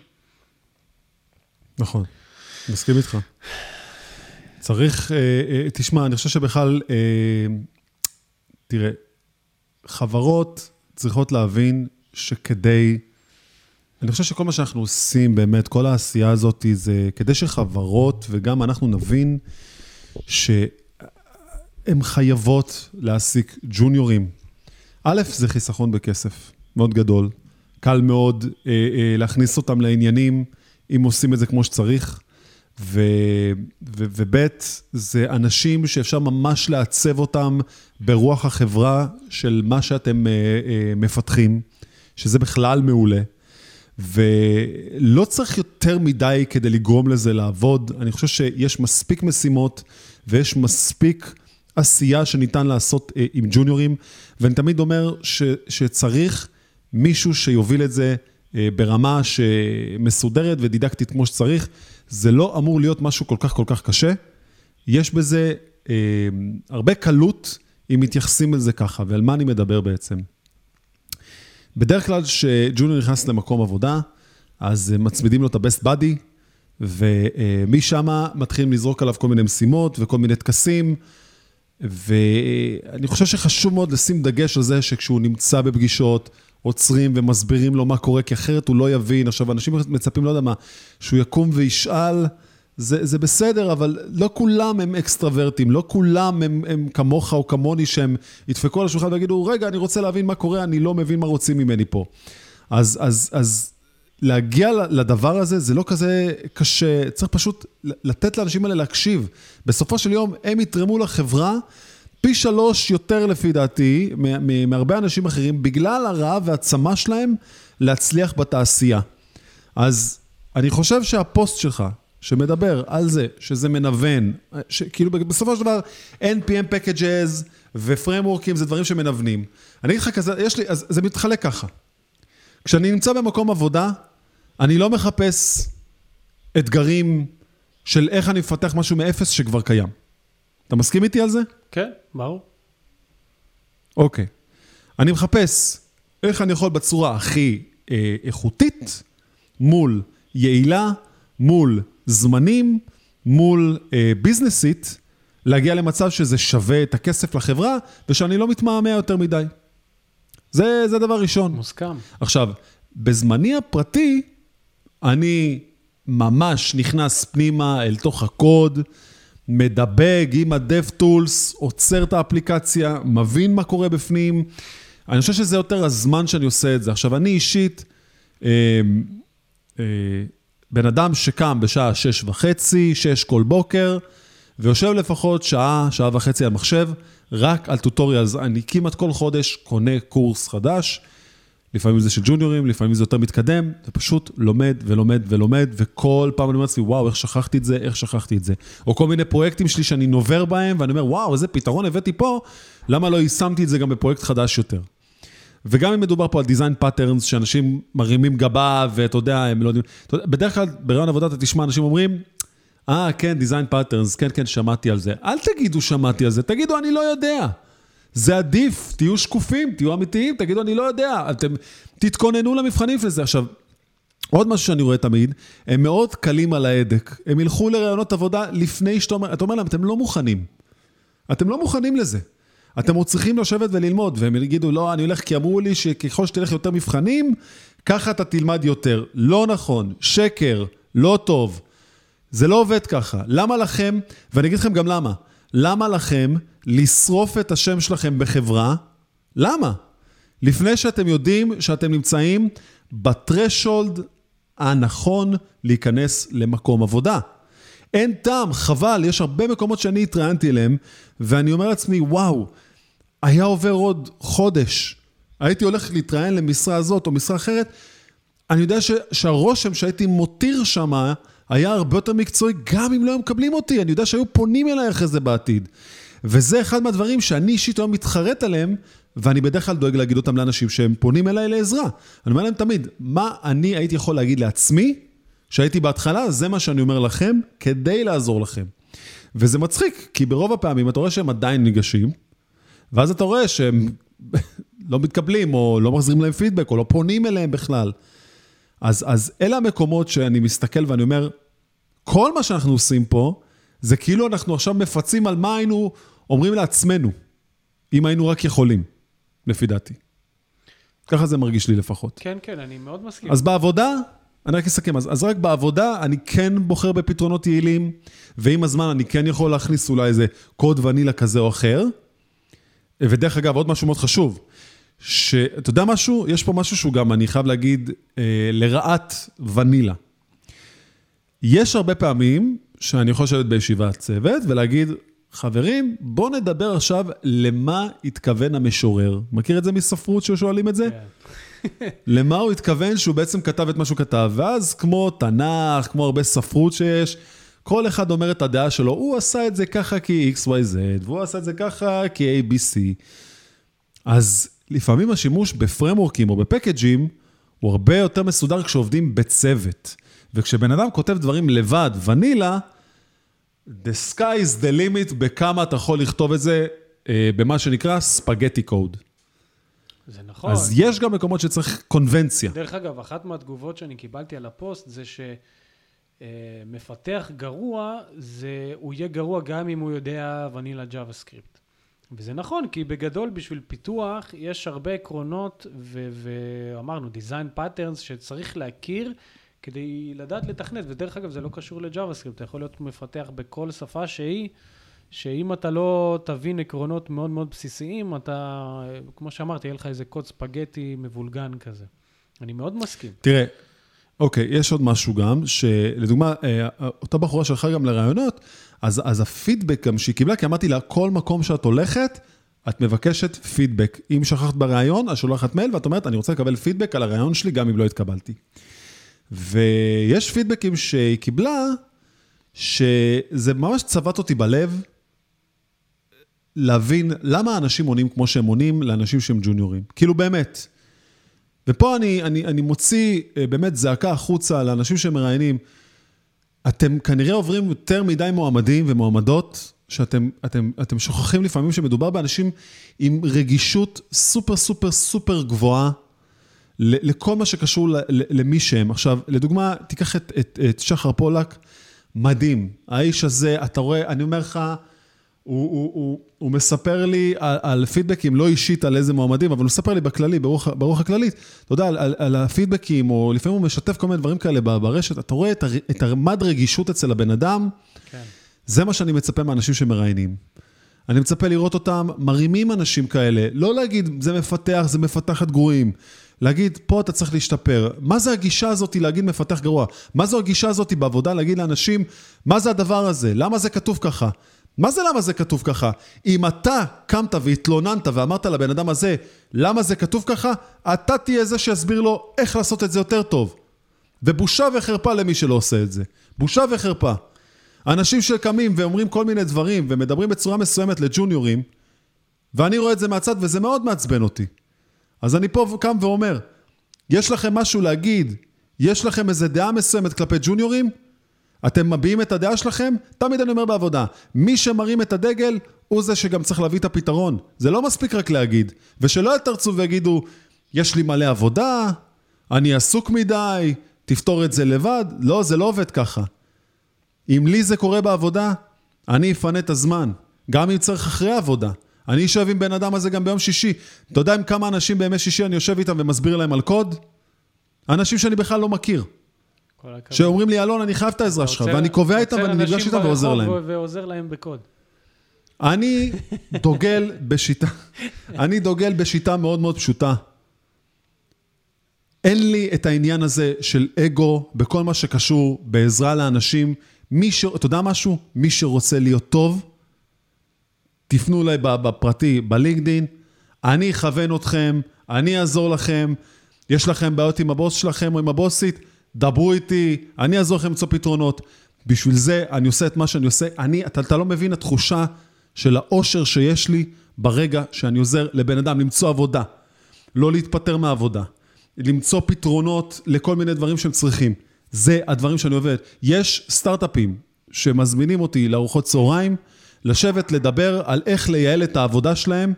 נכון. מסכים איתך. צריך, אה, אה, תשמע, אני חושב שבכלל, אה, תראה, חברות צריכות להבין שכדי, אני חושב שכל מה שאנחנו עושים באמת, כל העשייה הזאת, זה כדי שחברות וגם אנחנו נבין שהן חייבות להעסיק ג'וניורים. א', זה חיסכון בכסף, מאוד גדול. קל מאוד אה, אה, להכניס אותם לעניינים, אם עושים את זה כמו שצריך. ו, ו, ובית, זה אנשים שאפשר ממש לעצב אותם ברוח החברה של מה שאתם אה, אה, מפתחים, שזה בכלל מעולה. ולא צריך יותר מדי כדי לגרום לזה לעבוד. אני חושב שיש מספיק משימות ויש מספיק עשייה שניתן לעשות אה, עם ג'וניורים, ואני תמיד אומר ש, שצריך מישהו שיוביל את זה אה, ברמה שמסודרת ודידקטית כמו שצריך. זה לא אמור להיות משהו כל כך כל כך קשה. יש בזה אה, הרבה קלות אם מתייחסים לזה ככה, ועל מה אני מדבר בעצם. בדרך כלל שג'וניור נכנס למקום עבודה, אז מצמידים לו את ה-best buddy, ומשם מתחילים לזרוק עליו כל מיני משימות וכל מיני תקסים, ואני חושב שחשוב מאוד לשים דגש על זה שכשהוא נמצא בפגישות, עוצרים ומסבירים לו מה קורה, כי אחרת הוא לא יבין. עכשיו, אנשים מצפים, לא יודע מה, שהוא יקום וישאל, זה, זה בסדר, אבל לא כולם הם אקסטרוורטים, לא כולם הם, הם כמוך או כמוני שהם ידפקו על השולחן ויגידו, רגע, אני רוצה להבין מה קורה, אני לא מבין מה רוצים ממני פה. אז, אז, אז להגיע לדבר הזה, זה לא כזה קשה, צריך פשוט לתת לאנשים האלה להקשיב. בסופו של יום, הם יתרמו לחברה, פי שלוש יותר לפי דעתי, מהרבה אנשים אחרים, בגלל הרעב והצמא שלהם להצליח בתעשייה. אז אני חושב שהפוסט שלך, שמדבר על זה, שזה מנוון, כאילו בסופו של דבר, אן פי אם packages ו-frameworks זה דברים שמנוונים. אני אגיד לך כזה, יש לי, אז זה מתחלק ככה. כשאני נמצא במקום עבודה, אני לא מחפש אתגרים של איך אני מפתח משהו מאפס שכבר קיים. אתה מסכים איתי על זה? כן, ברור. אוקיי. אני מחפש איך אני יכול בצורה הכי אה, איכותית, מול יעילה, מול זמנים, מול אה, ביזנסית, להגיע למצב שזה שווה את הכסף לחברה, ושאני לא מתמהמה יותר מדי. זה, זה דבר ראשון. מוסכם. עכשיו, בזמני הפרטי, אני ממש נכנס פנימה אל תוך הקוד, מדבג עם ה-DevTools, עוצר את האפליקציה, מבין מה קורה בפנים. אני חושב שזה יותר הזמן שאני עושה את זה. עכשיו, אני אישית, אה, אה, בן אדם שקם בשעה שש וחצי, שש כל בוקר, ויושב לפחות שעה, שעה וחצי על מחשב, רק על טוטוריאלס. אני כמעט כל חודש קונה קורס חדש, לפעמים זה של ג'וניורים, לפעמים זה יותר מתקדם, זה פשוט לומד ולומד ולומד, וכל פעם אני אומר לעצמי, וואו, איך שכחתי את זה, איך שכחתי את זה. או כל מיני פרויקטים שלי שאני נובר בהם, ואני אומר, וואו, איזה פתרון הבאתי פה, למה לא יישמתי את זה גם בפרויקט חדש יותר? וגם אם מדובר פה על דיזיין פאטרנס, שאנשים מרימים גבה, ואתה יודע, הם לא יודעים, בדרך כלל, ברעיון עבודה, אתה תשמע, אנשים אומרים, אה, כן, דיזיין פאטרנס, כן, כן, שמעתי על זה. אל תגידו שמעתי על זה, תגידו, אני לא יודע. זה עדיף, תהיו שקופים, תהיו אמיתיים, תגידו, אני לא יודע, אתם תתכוננו למבחנים לזה. עכשיו, עוד משהו שאני רואה תמיד, הם מאוד קלים על ההדק, הם ילכו לרעיונות עבודה לפני שאתה אומר, אתה אומר להם, אתם לא מוכנים, אתם לא מוכנים לזה. אתם עוד צריכים לשבת וללמוד, והם יגידו, לא, אני הולך כי אמרו לי שככל שתלך יותר מבחנים, ככה אתה תלמד יותר. לא נכון, שקר, לא טוב. זה לא עובד ככה. למה לכם, ואני אגיד לכם גם למה, למה לכם לשרוף את השם שלכם בחברה? למה? לפני שאתם יודעים שאתם נמצאים בטרשולד הנכון להיכנס למקום עבודה. אין טעם, חבל, יש הרבה מקומות שאני התראיינתי אליהם, ואני אומר לעצמי, וואו, היה עובר עוד חודש, הייתי הולך להתראיין למשרה הזאת או משרה אחרת, אני יודע ש, שהרושם שהייתי מותיר שם, היה הרבה יותר מקצועי, גם אם לא היו מקבלים אותי, אני יודע שהיו פונים אליי אחרי זה בעתיד. וזה אחד מהדברים שאני אישית היום מתחרט עליהם, ואני בדרך כלל דואג להגיד אותם לאנשים שהם פונים אליי לעזרה. אני אומר להם תמיד, מה אני הייתי יכול להגיד לעצמי, שהייתי בהתחלה, זה מה שאני אומר לכם, כדי לעזור לכם. וזה מצחיק, כי ברוב הפעמים אתה רואה שהם עדיין ניגשים, ואז אתה רואה שהם לא מתקבלים, או לא מחזירים להם פידבק, או לא פונים אליהם בכלל. אז, אז אלה המקומות שאני מסתכל ואני אומר, כל מה שאנחנו עושים פה, זה כאילו אנחנו עכשיו מפצים על מה היינו אומרים לעצמנו, אם היינו רק יכולים, לפי דעתי. ככה זה מרגיש לי לפחות. כן, כן, אני מאוד מסכים. אז בעבודה, אני רק אסכם, אז, אז רק בעבודה אני כן בוחר בפתרונות יעילים, ועם הזמן אני כן יכול להכניס אולי איזה קוד ונילה כזה או אחר, ודרך אגב, עוד משהו מאוד חשוב, שאתה יודע משהו? יש פה משהו שהוא גם, אני חייב להגיד, אה, לרעת ונילה. יש הרבה פעמים שאני יכול לשבת בישיבת צוות ולהגיד, חברים, בוא נדבר עכשיו למה התכוון המשורר. מכיר את זה מספרות ששואלים את זה? כן. למה הוא התכוון שהוא בעצם כתב את מה שהוא כתב, ואז כמו תנ"ך, כמו הרבה ספרות שיש, כל אחד אומר את הדעה שלו, הוא עשה את זה ככה כי X Y Z, והוא עשה את זה ככה כי A B C. אז לפעמים השימוש בפרמורקים או בפקאג'ים, הוא הרבה יותר מסודר כשעובדים בצוות. וכשבן אדם כותב דברים לבד, ונילה, the sky is the limit בכמה אתה יכול לכתוב את זה, במה שנקרא ספגטי קוד. זה נכון. אז יש גם מקומות שצריך קונבנציה. דרך אגב, אחת מהתגובות שאני קיבלתי על הפוסט, זה שמפתח גרוע, זה, הוא יהיה גרוע גם אם הוא יודע ונילה ג'אווה סקריפט. וזה נכון, כי בגדול בשביל פיתוח יש הרבה עקרונות, ואמרנו, design patterns שצריך להכיר, כדי לדעת לתכנת, ודרך אגב זה לא קשור לג'אווה סקריפט, אתה יכול להיות מפתח בכל שפה שהיא, שאם אתה לא תבין עקרונות מאוד מאוד בסיסיים, אתה, כמו שאמרתי, יהיה לך איזה קוד ספגטי מבולגן כזה. אני מאוד מסכים. תראה, אוקיי, יש עוד משהו גם, שלדוגמה, אותה בחורה שלך גם לרעיונות, אז, אז הפידבק גם שהיא קיבלה, כי אמרתי לה, כל מקום שאת הולכת, את מבקשת פידבק. אם שכחת ברעיון, אז שולחת מייל, ואת אומרת, אני רוצה לקבל פידבק על הרעיון שלי, גם אם לא התקבלתי. ויש פידבקים שהיא קיבלה, שזה ממש צבט אותי בלב, להבין למה האנשים עונים כמו שהם עונים לאנשים שהם ג'וניורים. כאילו באמת. ופה אני, אני, אני מוציא באמת זעקה החוצה לאנשים שמראיינים, אתם כנראה עוברים יותר מדי מועמדים ומועמדות, שאתם אתם, אתם שוכחים לפעמים שמדובר באנשים עם רגישות סופר סופר סופר גבוהה, לכל מה שקשור למי שהם. עכשיו, לדוגמה, תיקח את, את, את שחר פולק, מדהים. האיש הזה, אתה רואה, אני אומר לך, הוא, הוא, הוא, הוא מספר לי על, על פידבקים, לא אישית על איזה מועמדים, אבל הוא מספר לי בכללי, ברוח, ברוח הכללית, אתה יודע, על, על, על הפידבקים, או לפעמים הוא משתף כל מיני דברים כאלה ברשת, אתה רואה את, את הרמד רגישות אצל הבן אדם, כן. זה מה שאני מצפה מאנשים שמראיינים. אני מצפה לראות אותם, מרימים אנשים כאלה, לא להגיד, זה מפתח, זה מפתחת גרועים, להגיד, פה אתה צריך להשתפר. מה זה הגישה הזאת להגיד מפתח גרוע? מה זו הגישה הזאת בעבודה להגיד לאנשים, מה זה הדבר הזה? למה זה כתוב ככה? מה זה למה זה כתוב ככה? אם אתה קמת והתלוננת ואמרת לבן אדם הזה, למה זה כתוב ככה? אתה תהיה זה שיסביר לו איך לעשות את זה יותר טוב. ובושה וחרפה למי שלא עושה את זה. בושה וחרפה. אנשים שקמים ואומרים כל מיני דברים ומדברים בצורה מסוימת לג'וניורים, ואני רואה את זה מהצד וזה מאוד מעצבן אותי. אז אני פה קם ואומר, יש לכם משהו להגיד, יש לכם איזה דעה מסוימת כלפי ג'וניורים, אתם מביעים את הדעה שלכם, תמיד אני אומר בעבודה, מי שמרים את הדגל, הוא זה שגם צריך להביא את הפתרון. זה לא מספיק רק להגיד, ושלא יתרצו ויגידו, יש לי מלא עבודה, אני עסוק מדי, תפתור את זה לבד. לא, זה לא עובד ככה. אם לי זה קורה בעבודה, אני אפנה את הזמן, גם אם צריך אחרי עבודה. אני יושב עם בן אדם הזה גם ביום שישי. אתה יודע עם כמה אנשים בימי שישי אני יושב איתם ומסביר להם על קוד? אנשים שאני בכלל לא מכיר. שאומרים לי, אלון, אני חייב את העזרה שלך, ואני קובע איתם ואני נפגש איתם ועוזר להם. ועוזר להם בקוד. אני דוגל בשיטה, אני דוגל בשיטה מאוד מאוד פשוטה. אין לי את העניין הזה של אגו בכל מה שקשור בעזרה לאנשים. מי ש... אתה יודע משהו? מי שרוצה להיות טוב, תפנו אליי בפרטי, בלינקדין, אני אכוון אתכם, אני אעזור לכם, יש לכם בעיות עם הבוס שלכם או עם הבוסית, דברו איתי, אני אעזור לכם למצוא פתרונות. בשביל זה אני עושה את מה שאני עושה. אני, אתה, אתה לא מבין התחושה של האושר שיש לי ברגע שאני עוזר לבן אדם למצוא עבודה, לא להתפטר מהעבודה, למצוא פתרונות לכל מיני דברים שהם צריכים. זה הדברים שאני עובד. יש סטארט-אפים שמזמינים אותי לארוחות צהריים, לשבת, לדבר על איך לייעל את העבודה שלהם,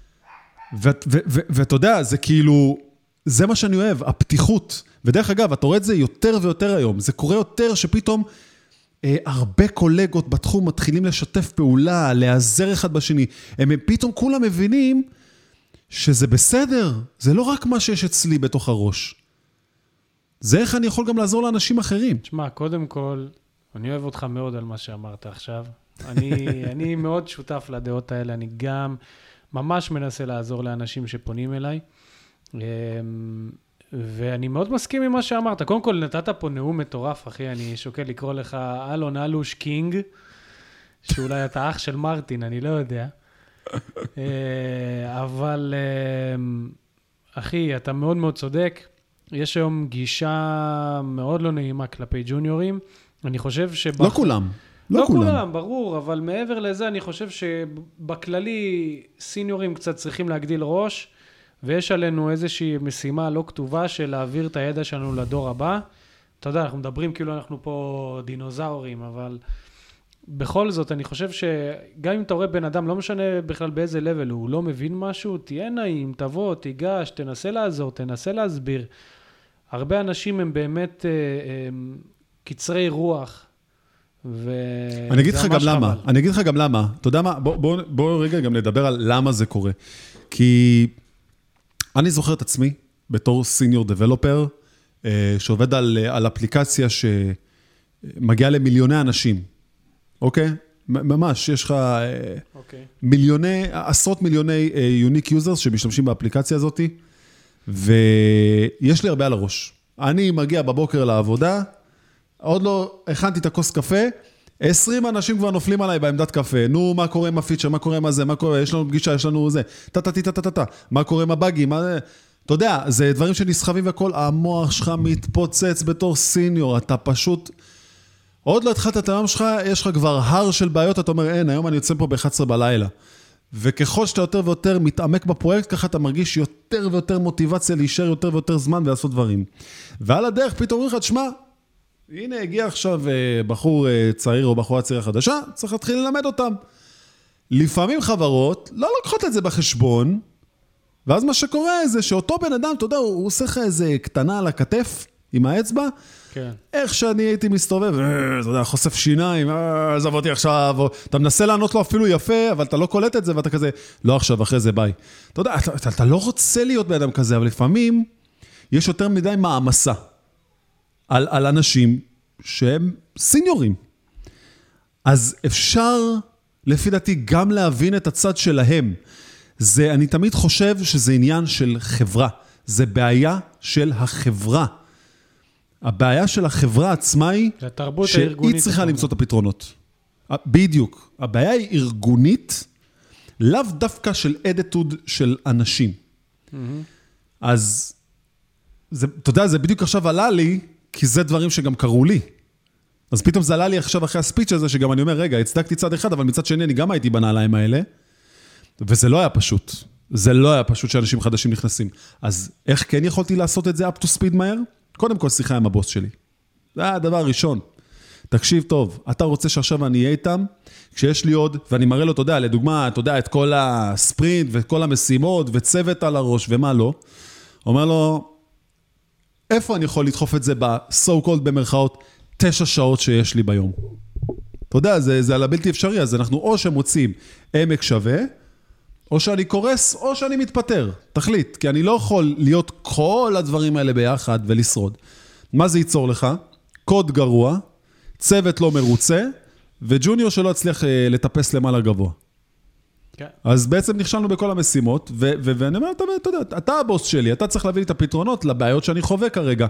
ואתה יודע, זה כאילו, זה מה שאני אוהב, הפתיחות. ודרך אגב, אתה רואה את זה יותר ויותר היום. זה קורה יותר שפתאום אה, הרבה קולגות בתחום מתחילים לשתף פעולה, להיעזר אחד בשני. הם פתאום כולם מבינים שזה בסדר. זה לא רק מה שיש אצלי בתוך הראש. זה איך אני יכול גם לעזור לאנשים אחרים. תשמע, קודם כל, אני אוהב אותך מאוד על מה שאמרת עכשיו. אני, אני מאוד שותף לדעות האלה. אני גם ממש מנסה לעזור לאנשים שפונים אליי. ואני מאוד מסכים עם מה שאמרת. קודם כל, נתת פה נאום מטורף, אחי. אני שוקל לקרוא לך אלון אלוש קינג, שאולי אתה אח של מרטין, אני לא יודע. אבל, אחי, אתה מאוד מאוד צודק. יש היום גישה מאוד לא נעימה כלפי ג'וניורים. אני חושב שבח... לא כולם. לא, לא כולם. כולם, ברור, אבל מעבר לזה, אני חושב שבכללי סיניורים קצת צריכים להגדיל ראש, ויש עלינו איזושהי משימה לא כתובה של להעביר את הידע שלנו לדור הבא. אתה יודע, אנחנו מדברים כאילו אנחנו פה דינוזאורים, אבל בכל זאת, אני חושב שגם אם אתה רואה בן אדם, לא משנה בכלל באיזה לבל, הוא לא מבין משהו, תהיה נעים, תבוא, תיגש, תנסה לעזור, תנסה להסביר. הרבה אנשים הם באמת הם, קצרי רוח, אני אגיד לך גם למה, אני אגיד לך גם למה. אתה יודע מה? בוא, בוא, בוא רגע גם לדבר על למה זה קורה. כי אני זוכר את עצמי בתור סיניור דבלופר, שעובד על, על אפליקציה שמגיעה למיליוני אנשים. אוקיי? ממש, יש לך אוקיי. מיליוני, עשרות מיליוני יוניק יוזרס שמשתמשים באפליקציה הזאת, ויש לי הרבה על הראש. אני מגיע בבוקר לעבודה, עוד לא הכנתי את הכוס קפה, עשרים אנשים כבר נופלים עליי בעמדת קפה. נו, מה קורה עם הפיצ'ר, מה קורה עם הזה, מה קורה, יש לנו פגישה, יש לנו זה, טה-טה-טה-טה-טה, מה קורה עם הבאגי, מה זה, אתה יודע, זה דברים שנסחבים וכל, המוח שלך מתפוצץ בתור סיניור, אתה פשוט, עוד לא התחלת את היום שלך, יש לך כבר הר של בעיות, אתה אומר, אין, היום אני יוצא פה ב-אחת עשרה בלילה. וככל שאתה יותר ויותר מתעמק בפרויקט, ככה אתה מרגיש יותר ויותר מוטיבציה להישאר יותר ויותר זמן ולעשות דברים. ועל הדרך פתאום אומרים לך, תשמע, הנה הגיע עכשיו בחור צעיר או בחורה צעירה חדשה, צריך להתחיל ללמד אותם. לפעמים חברות לא לוקחות את זה בחשבון, ואז מה שקורה זה שאותו בן אדם, אתה יודע, הוא עושה לך איזה קטנה על הכתף עם האצבע, כן. איך שאני הייתי מסתובב, אתה יודע, חושף שיניים, עזב אותי עכשיו, אתה מנסה לענות לו אפילו יפה, אבל אתה לא קולט את זה, ואתה כזה, לא עכשיו, אחרי זה ביי. אתה יודע, אתה, אתה, אתה לא רוצה להיות בן אדם כזה, אבל לפעמים יש יותר מדי מעמסה. על, על אנשים שהם סיניורים. אז אפשר, לפי דעתי, גם להבין את הצד שלהם. זה, אני תמיד חושב שזה עניין של חברה. זה בעיה של החברה. הבעיה של החברה עצמה היא, שהיא צריכה למצוא את הפתרונות. בדיוק. הבעיה היא ארגונית, לאו דווקא של אדיטוד של אנשים. אז, זה, אתה יודע, זה בדיוק עכשיו עלה לי, כי זה דברים שגם קראו לי. אז פתאום זה עלה לי עכשיו אחרי הספיץ' הזה, שגם אני אומר, רגע, הצדקתי צד אחד, אבל מצד שני אני גם הייתי בנעליים האלה, וזה לא היה פשוט. זה לא היה פשוט שאנשים חדשים נכנסים. אז איך כן יכולתי לעשות את זה up to speed מהר? קודם כל שיחה עם הבוס שלי. זה היה הדבר הראשון. תקשיב טוב, אתה רוצה שעכשיו אני אהיה איתם, כשיש לי עוד, ואני מראה לו, אתה יודע, לדוגמה, אתה יודע, את כל הספרינט וכל המשימות, וצוות על הראש ומה לא. אומר לו, איפה אני יכול לדחוף את זה ב-so called במרכאות, תשע שעות שיש לי ביום? אתה יודע, זה, זה על הבלתי אפשרי, אז אנחנו או שמוצאים עמק שווה, או שאני קורס, או שאני מתפטר. תחליט, כי אני לא יכול להיות כל הדברים האלה ביחד ולשרוד. מה זה ייצור לך? קוד גרוע, צוות לא מרוצה, וג'וניור שלא הצליח לטפס למעלה גבוה. כן. אז בעצם נכשלנו בכל המשימות, ו- ו- ואני אומר, אתה, אתה יודע, אתה הבוס שלי, אתה צריך להביא לי את הפתרונות לבעיות שאני חווה כרגע.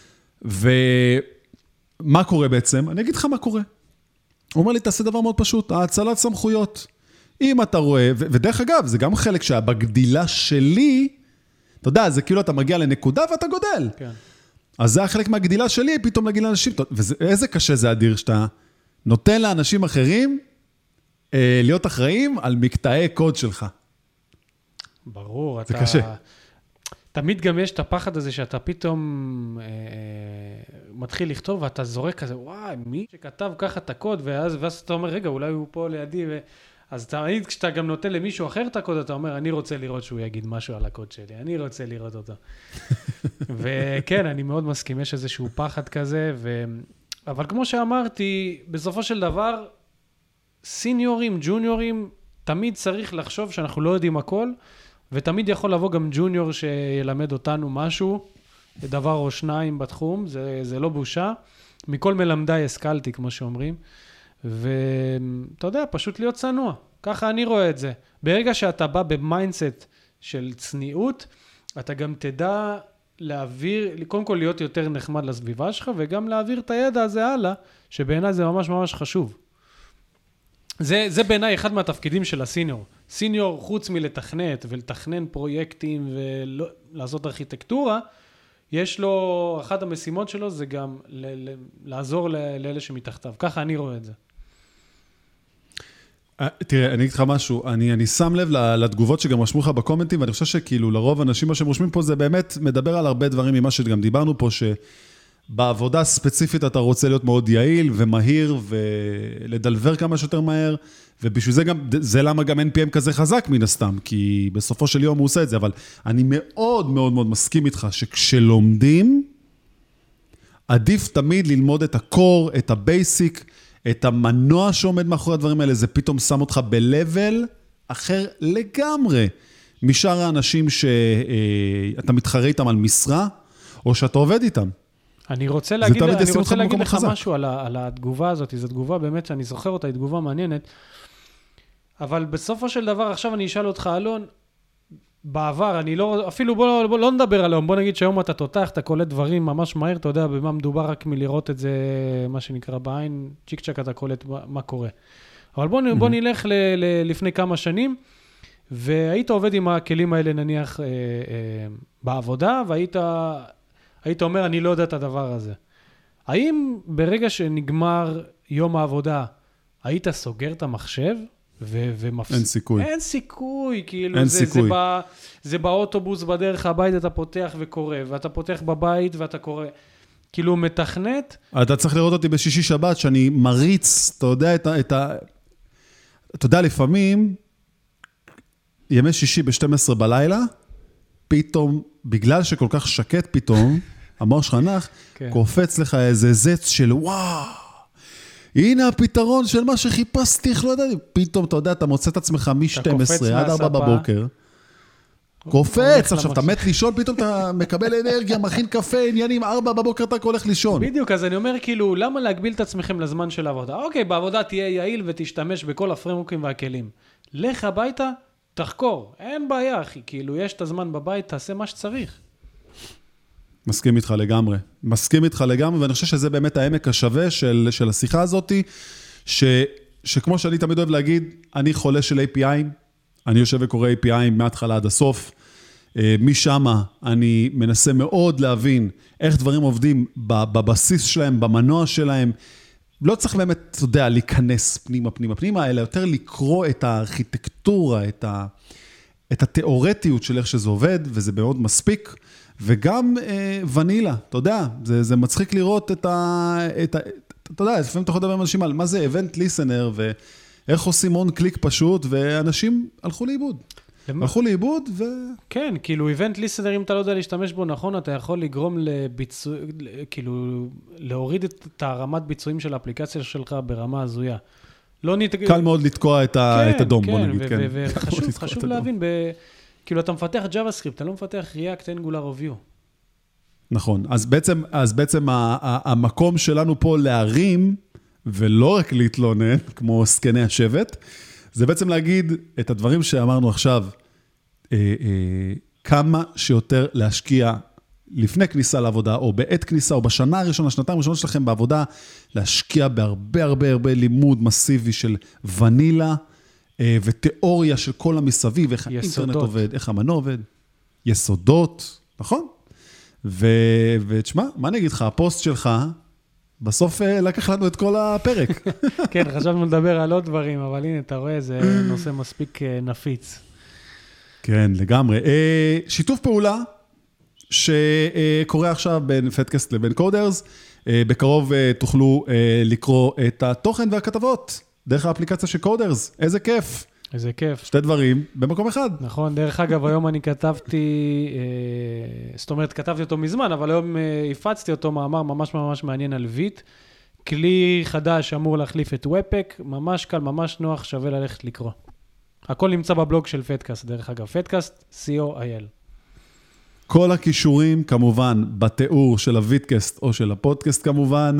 ומה קורה בעצם? אני אגיד לך מה קורה. הוא אומר לי, תעשה דבר מאוד פשוט, ההצלת סמכויות. אם אתה רואה, ו- ודרך אגב, זה גם חלק שבגדילה שלי, אתה יודע, זה כאילו אתה מגיע לנקודה ואתה גודל. כן. אז זה החלק מהגדילה שלי, פתאום להגיד לאנשים, ואיזה קשה זה אדיר שאתה נותן לאנשים אחרים אה, להיות אחראים על מקטעי קוד שלך. ברור, זה אתה... קשה. תמיד גם יש את הפחד הזה שאתה פתאום אה, אה, מתחיל לכתוב ואתה זורק כזה, וואי, מי שכתב ככה את הקוד, ואז, ואז אתה אומר, רגע, אולי הוא פה לידי, ו... אז תמיד כשאתה גם נותן למישהו אחר את הקוד, אתה אומר, אני רוצה לראות שהוא יגיד משהו על הקוד שלי, אני רוצה לראות אותו. וכן, אני מאוד מסכים, יש איזשהו פחד כזה, ו... אבל כמו שאמרתי, בסופו של דבר, סיניורים, ג'וניורים, תמיד צריך לחשוב שאנחנו לא יודעים הכל, ותמיד יכול לבוא גם ג'וניור שילמד אותנו משהו, דבר או שניים בתחום, זה, זה לא בושה. מכל מלמדיי השכלתי, כמו שאומרים. ואתה יודע, פשוט להיות צנוע. ככה אני רואה את זה. ברגע שאתה בא במיינדסט של צניעות, אתה גם תדע להעביר, קודם כל להיות יותר נחמד לסביבה שלך, וגם להעביר את הידע הזה הלאה, שבעיניי זה ממש ממש חשוב. זה, זה בעיניי אחד מהתפקידים של הסיניור. סיניור, חוץ מלתכנת ולתכנן פרויקטים ולעשות ארכיטקטורה, יש לו, אחת המשימות שלו זה גם ל- ל- לעזור לאלה שמתחתיו. ככה אני רואה את זה. תראה, אני אגיד לך משהו, אני, אני שם לב לתגובות שגם רשמו לך בקומנטים, ואני חושב שכאילו לרוב אנשים מה שהם רושמים פה זה באמת מדבר על הרבה דברים ממה שגם דיברנו פה, שבעבודה ספציפית אתה רוצה להיות מאוד יעיל ומהיר ולדלבר כמה שיותר מהר, ובשביל זה גם, זה למה גם אן פי אם כזה חזק מן הסתם, כי בסופו של יום הוא עושה את זה, אבל אני מאוד מאוד מאוד מסכים איתך שכשלומדים, עדיף תמיד ללמוד את הקור, את הבייסיק, את המנוע שעומד מאחורי הדברים האלה, זה פתאום שם אותך ב-level אחר לגמרי, משאר האנשים שאתה מתחרה איתם על משרה, או שאתה עובד איתם. אני רוצה להגיד, אני רוצה להגיד לך משהו על, על התגובה הזאת, זו תגובה באמת שאני זוכר אותה, היא תגובה מעניינת, אבל בסופו של דבר, עכשיו אני אשאל אותך, אלון, בעבר, אני לא, אפילו בוא, בוא לא נדבר עליהם, בוא נגיד שהיום אתה תותח, אתה קולט דברים ממש מהר, אתה יודע במה מדובר רק מלראות את זה, מה שנקרא בעין, צ'יק צ'ק אתה קולט מה קורה. אבל בוא, mm-hmm. בוא נלך ל, ל, לפני כמה שנים, והיית עובד עם הכלים האלה נניח אה, אה, בעבודה, והיית היית אומר, אני לא יודע את הדבר הזה. האם ברגע שנגמר יום העבודה, היית סוגר את המחשב? ו- ומפס... אין סיכוי. אין סיכוי, כאילו, אין זה, סיכוי. זה, בא, זה באוטובוס בדרך הבית, אתה פותח וקורא, ואתה פותח בבית ואתה קורא, כאילו מתכנת. אתה צריך לראות אותי בשישי שבת, שאני מריץ, אתה יודע, את ה... את ה... אתה יודע, לפעמים, ימי שישי ב-שתים עשרה בלילה, פתאום, בגלל שכל כך שקט פתאום, המוח שלך נח, כן. קופץ לך איזה זץ של וואו, הנה הפתרון של מה שחיפשתי, איך לא ידעתי. פתאום, אתה יודע, אתה מוצא את עצמך מ-שתים עשרה עד ארבע בבוקר. קופץ, עכשיו אתה מת לישון, פתאום אתה מקבל אנרגיה, מכין קפה, עניינים, ארבע בבוקר אתה הולך לישון. בדיוק, אז אני אומר כאילו, למה להגביל את עצמכם לזמן של העבודה? אוקיי, בעבודה תהיה יעיל ותשתמש בכל הפרמורקים והכלים. לך הביתה, תחקור. אין בעיה, אחי. כאילו, יש את הזמן בבית, תעשה מה שצריך. מסכים איתך לגמרי. מסכים איתך לגמרי, ואני חושב שזה באמת העמק השווה של, של השיחה הזאת, ש, שכמו שאני תמיד אוהב להגיד, אני חולה של איי פי איי, אני יושב וקורא איי פי איי מההתחלה עד הסוף, משם אני מנסה מאוד להבין איך דברים עובדים בבסיס שלהם, במנוע שלהם, לא צריך באמת, אתה יודע, להיכנס פנימה, פנימה, פנימה, אלא יותר לקרוא את הארכיטקטורה, את, ה, את התיאורטיות של איך שזה עובד, וזה מאוד מספיק, וגם אה, ונילה, אתה יודע, זה, זה מצחיק לראות את ה... את ה אתה יודע, לפעמים אתה יכול לדבר עם אנשים על מה זה event listener, ואיך עושים און קליק פשוט, ואנשים הלכו לאיבוד. למה? הלכו לאיבוד ו... כן, כאילו event listener, אם אתה לא יודע להשתמש בו נכון, אתה יכול לגרום לביצוע, כאילו, להוריד את הרמת ביצועים של האפליקציה שלך ברמה הזויה. לא נת... קל מאוד לתקוע את, ה... כן, את הדום, כן, בוא נגיד, ו- כן. ו- וחשוב חשוב להבין, ב... כאילו אתה מפתח JavaScript, אתה לא מפתח React Angular או Vue. נכון, אז בעצם, אז בעצם ה- ה- המקום שלנו פה להרים, ולא רק להתלונן, כמו סקני השבט, זה בעצם להגיד את הדברים שאמרנו עכשיו, אה, אה, כמה שיותר להשקיע לפני כניסה לעבודה, או בעת כניסה, או בשנה הראשונה, שנתיים הראשונות שלכם בעבודה, להשקיע בהרבה הרבה הרבה לימוד מסיבי של ונילה, אה, ותיאוריה של כל המסביב, איך יסודות. האינטרנט עובד, איך המנוע עובד, יסודות, נכון? ו- ותשמע, מה אני אגיד לך, הפוסט שלך, בסוף אה, לקח לנו את כל הפרק. כן, חשבנו לדבר על עוד דברים, אבל הנה, אתה רואה, זה נושא מספיק אה, נפיץ. כן, לגמרי. אה, שיתוף פעולה שקורה עכשיו בין פדקאסט לבין קודרס, אה, בקרוב אה, תוכלו אה, לקרוא את התוכן והכתבות דרך האפליקציה של קודרס. איזה כיף. איזה כיף. שתי דברים במקום אחד. נכון, דרך אגב, היום אני כתבתי, אה, זאת אומרת, כתבתי אותו מזמן, אבל היום אה, הפצתי אותו מאמר ממש ממש מעניין על ויט, כלי חדש אמור להחליף את ופק, ממש קל, ממש נוח, שווה ללכת לקרוא. הכל נמצא בבלוג של פדקאסט, דרך אגב, פדקאסט, סי או איי אל. כל הכישורים כמובן בתיאור של הויטקאסט או של הפודקאסט כמובן,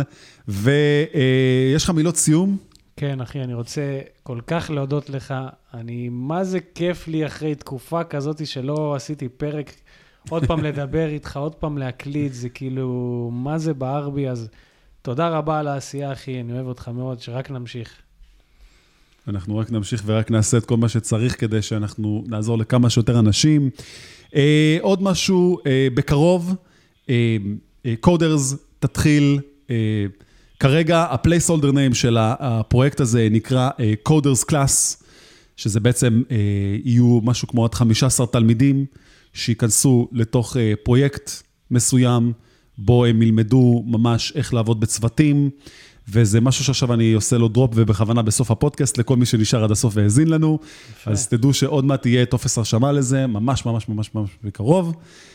ויש לך מילות סיום? כן, אחי, אני רוצה כל כך להודות לך. אני, מה זה כיף לי אחרי תקופה כזאת שלא עשיתי פרק, עוד פעם לדבר איתך, עוד פעם להקליט, זה כאילו, מה זה בער בי, אז תודה רבה על העשייה, אחי, אני אוהב אותך מאוד, שרק נמשיך. אנחנו רק נמשיך ורק נעשה את כל מה שצריך כדי שאנחנו נעזור לכמה שיותר אנשים. אה, עוד משהו, אה, בקרוב, אה, אה, קודרס תתחיל, אה, כרגע ה-placeholder name של הפרויקט הזה נקרא אה, קודרס קלאס, שזה בעצם אה, יהיו משהו כמו עד חמישה עשר תלמידים, שיכנסו לתוך אה, פרויקט מסוים, בו הם ילמדו ממש איך לעבוד בצוותים, וזה משהו שעכשיו אני עושה לו דרופ, ובכוונה בסוף הפודקאסט, לכל מי שנשאר עד הסוף והאזין לנו, יפה. אז תדעו שעוד מעט תהיה טופס הרשמה לזה, ממש ממש ממש ממש בקרוב.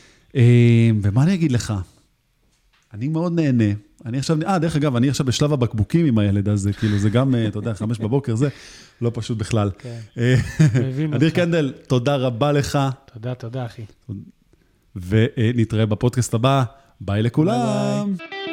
ומה אני אגיד לך? אני מאוד נהנה. אני עכשיו, אה, דרך אגב, אני עכשיו בשלב הבקבוקים עם הילד הזה, כאילו זה גם, אתה יודע, חמש בבוקר, זה לא פשוט בכלל. כן. אדיר קנדל, תודה רבה לך. תודה, תודה, אחי. ונתראה בפודקאסט הבא. ביי לכולם. ביי ביי.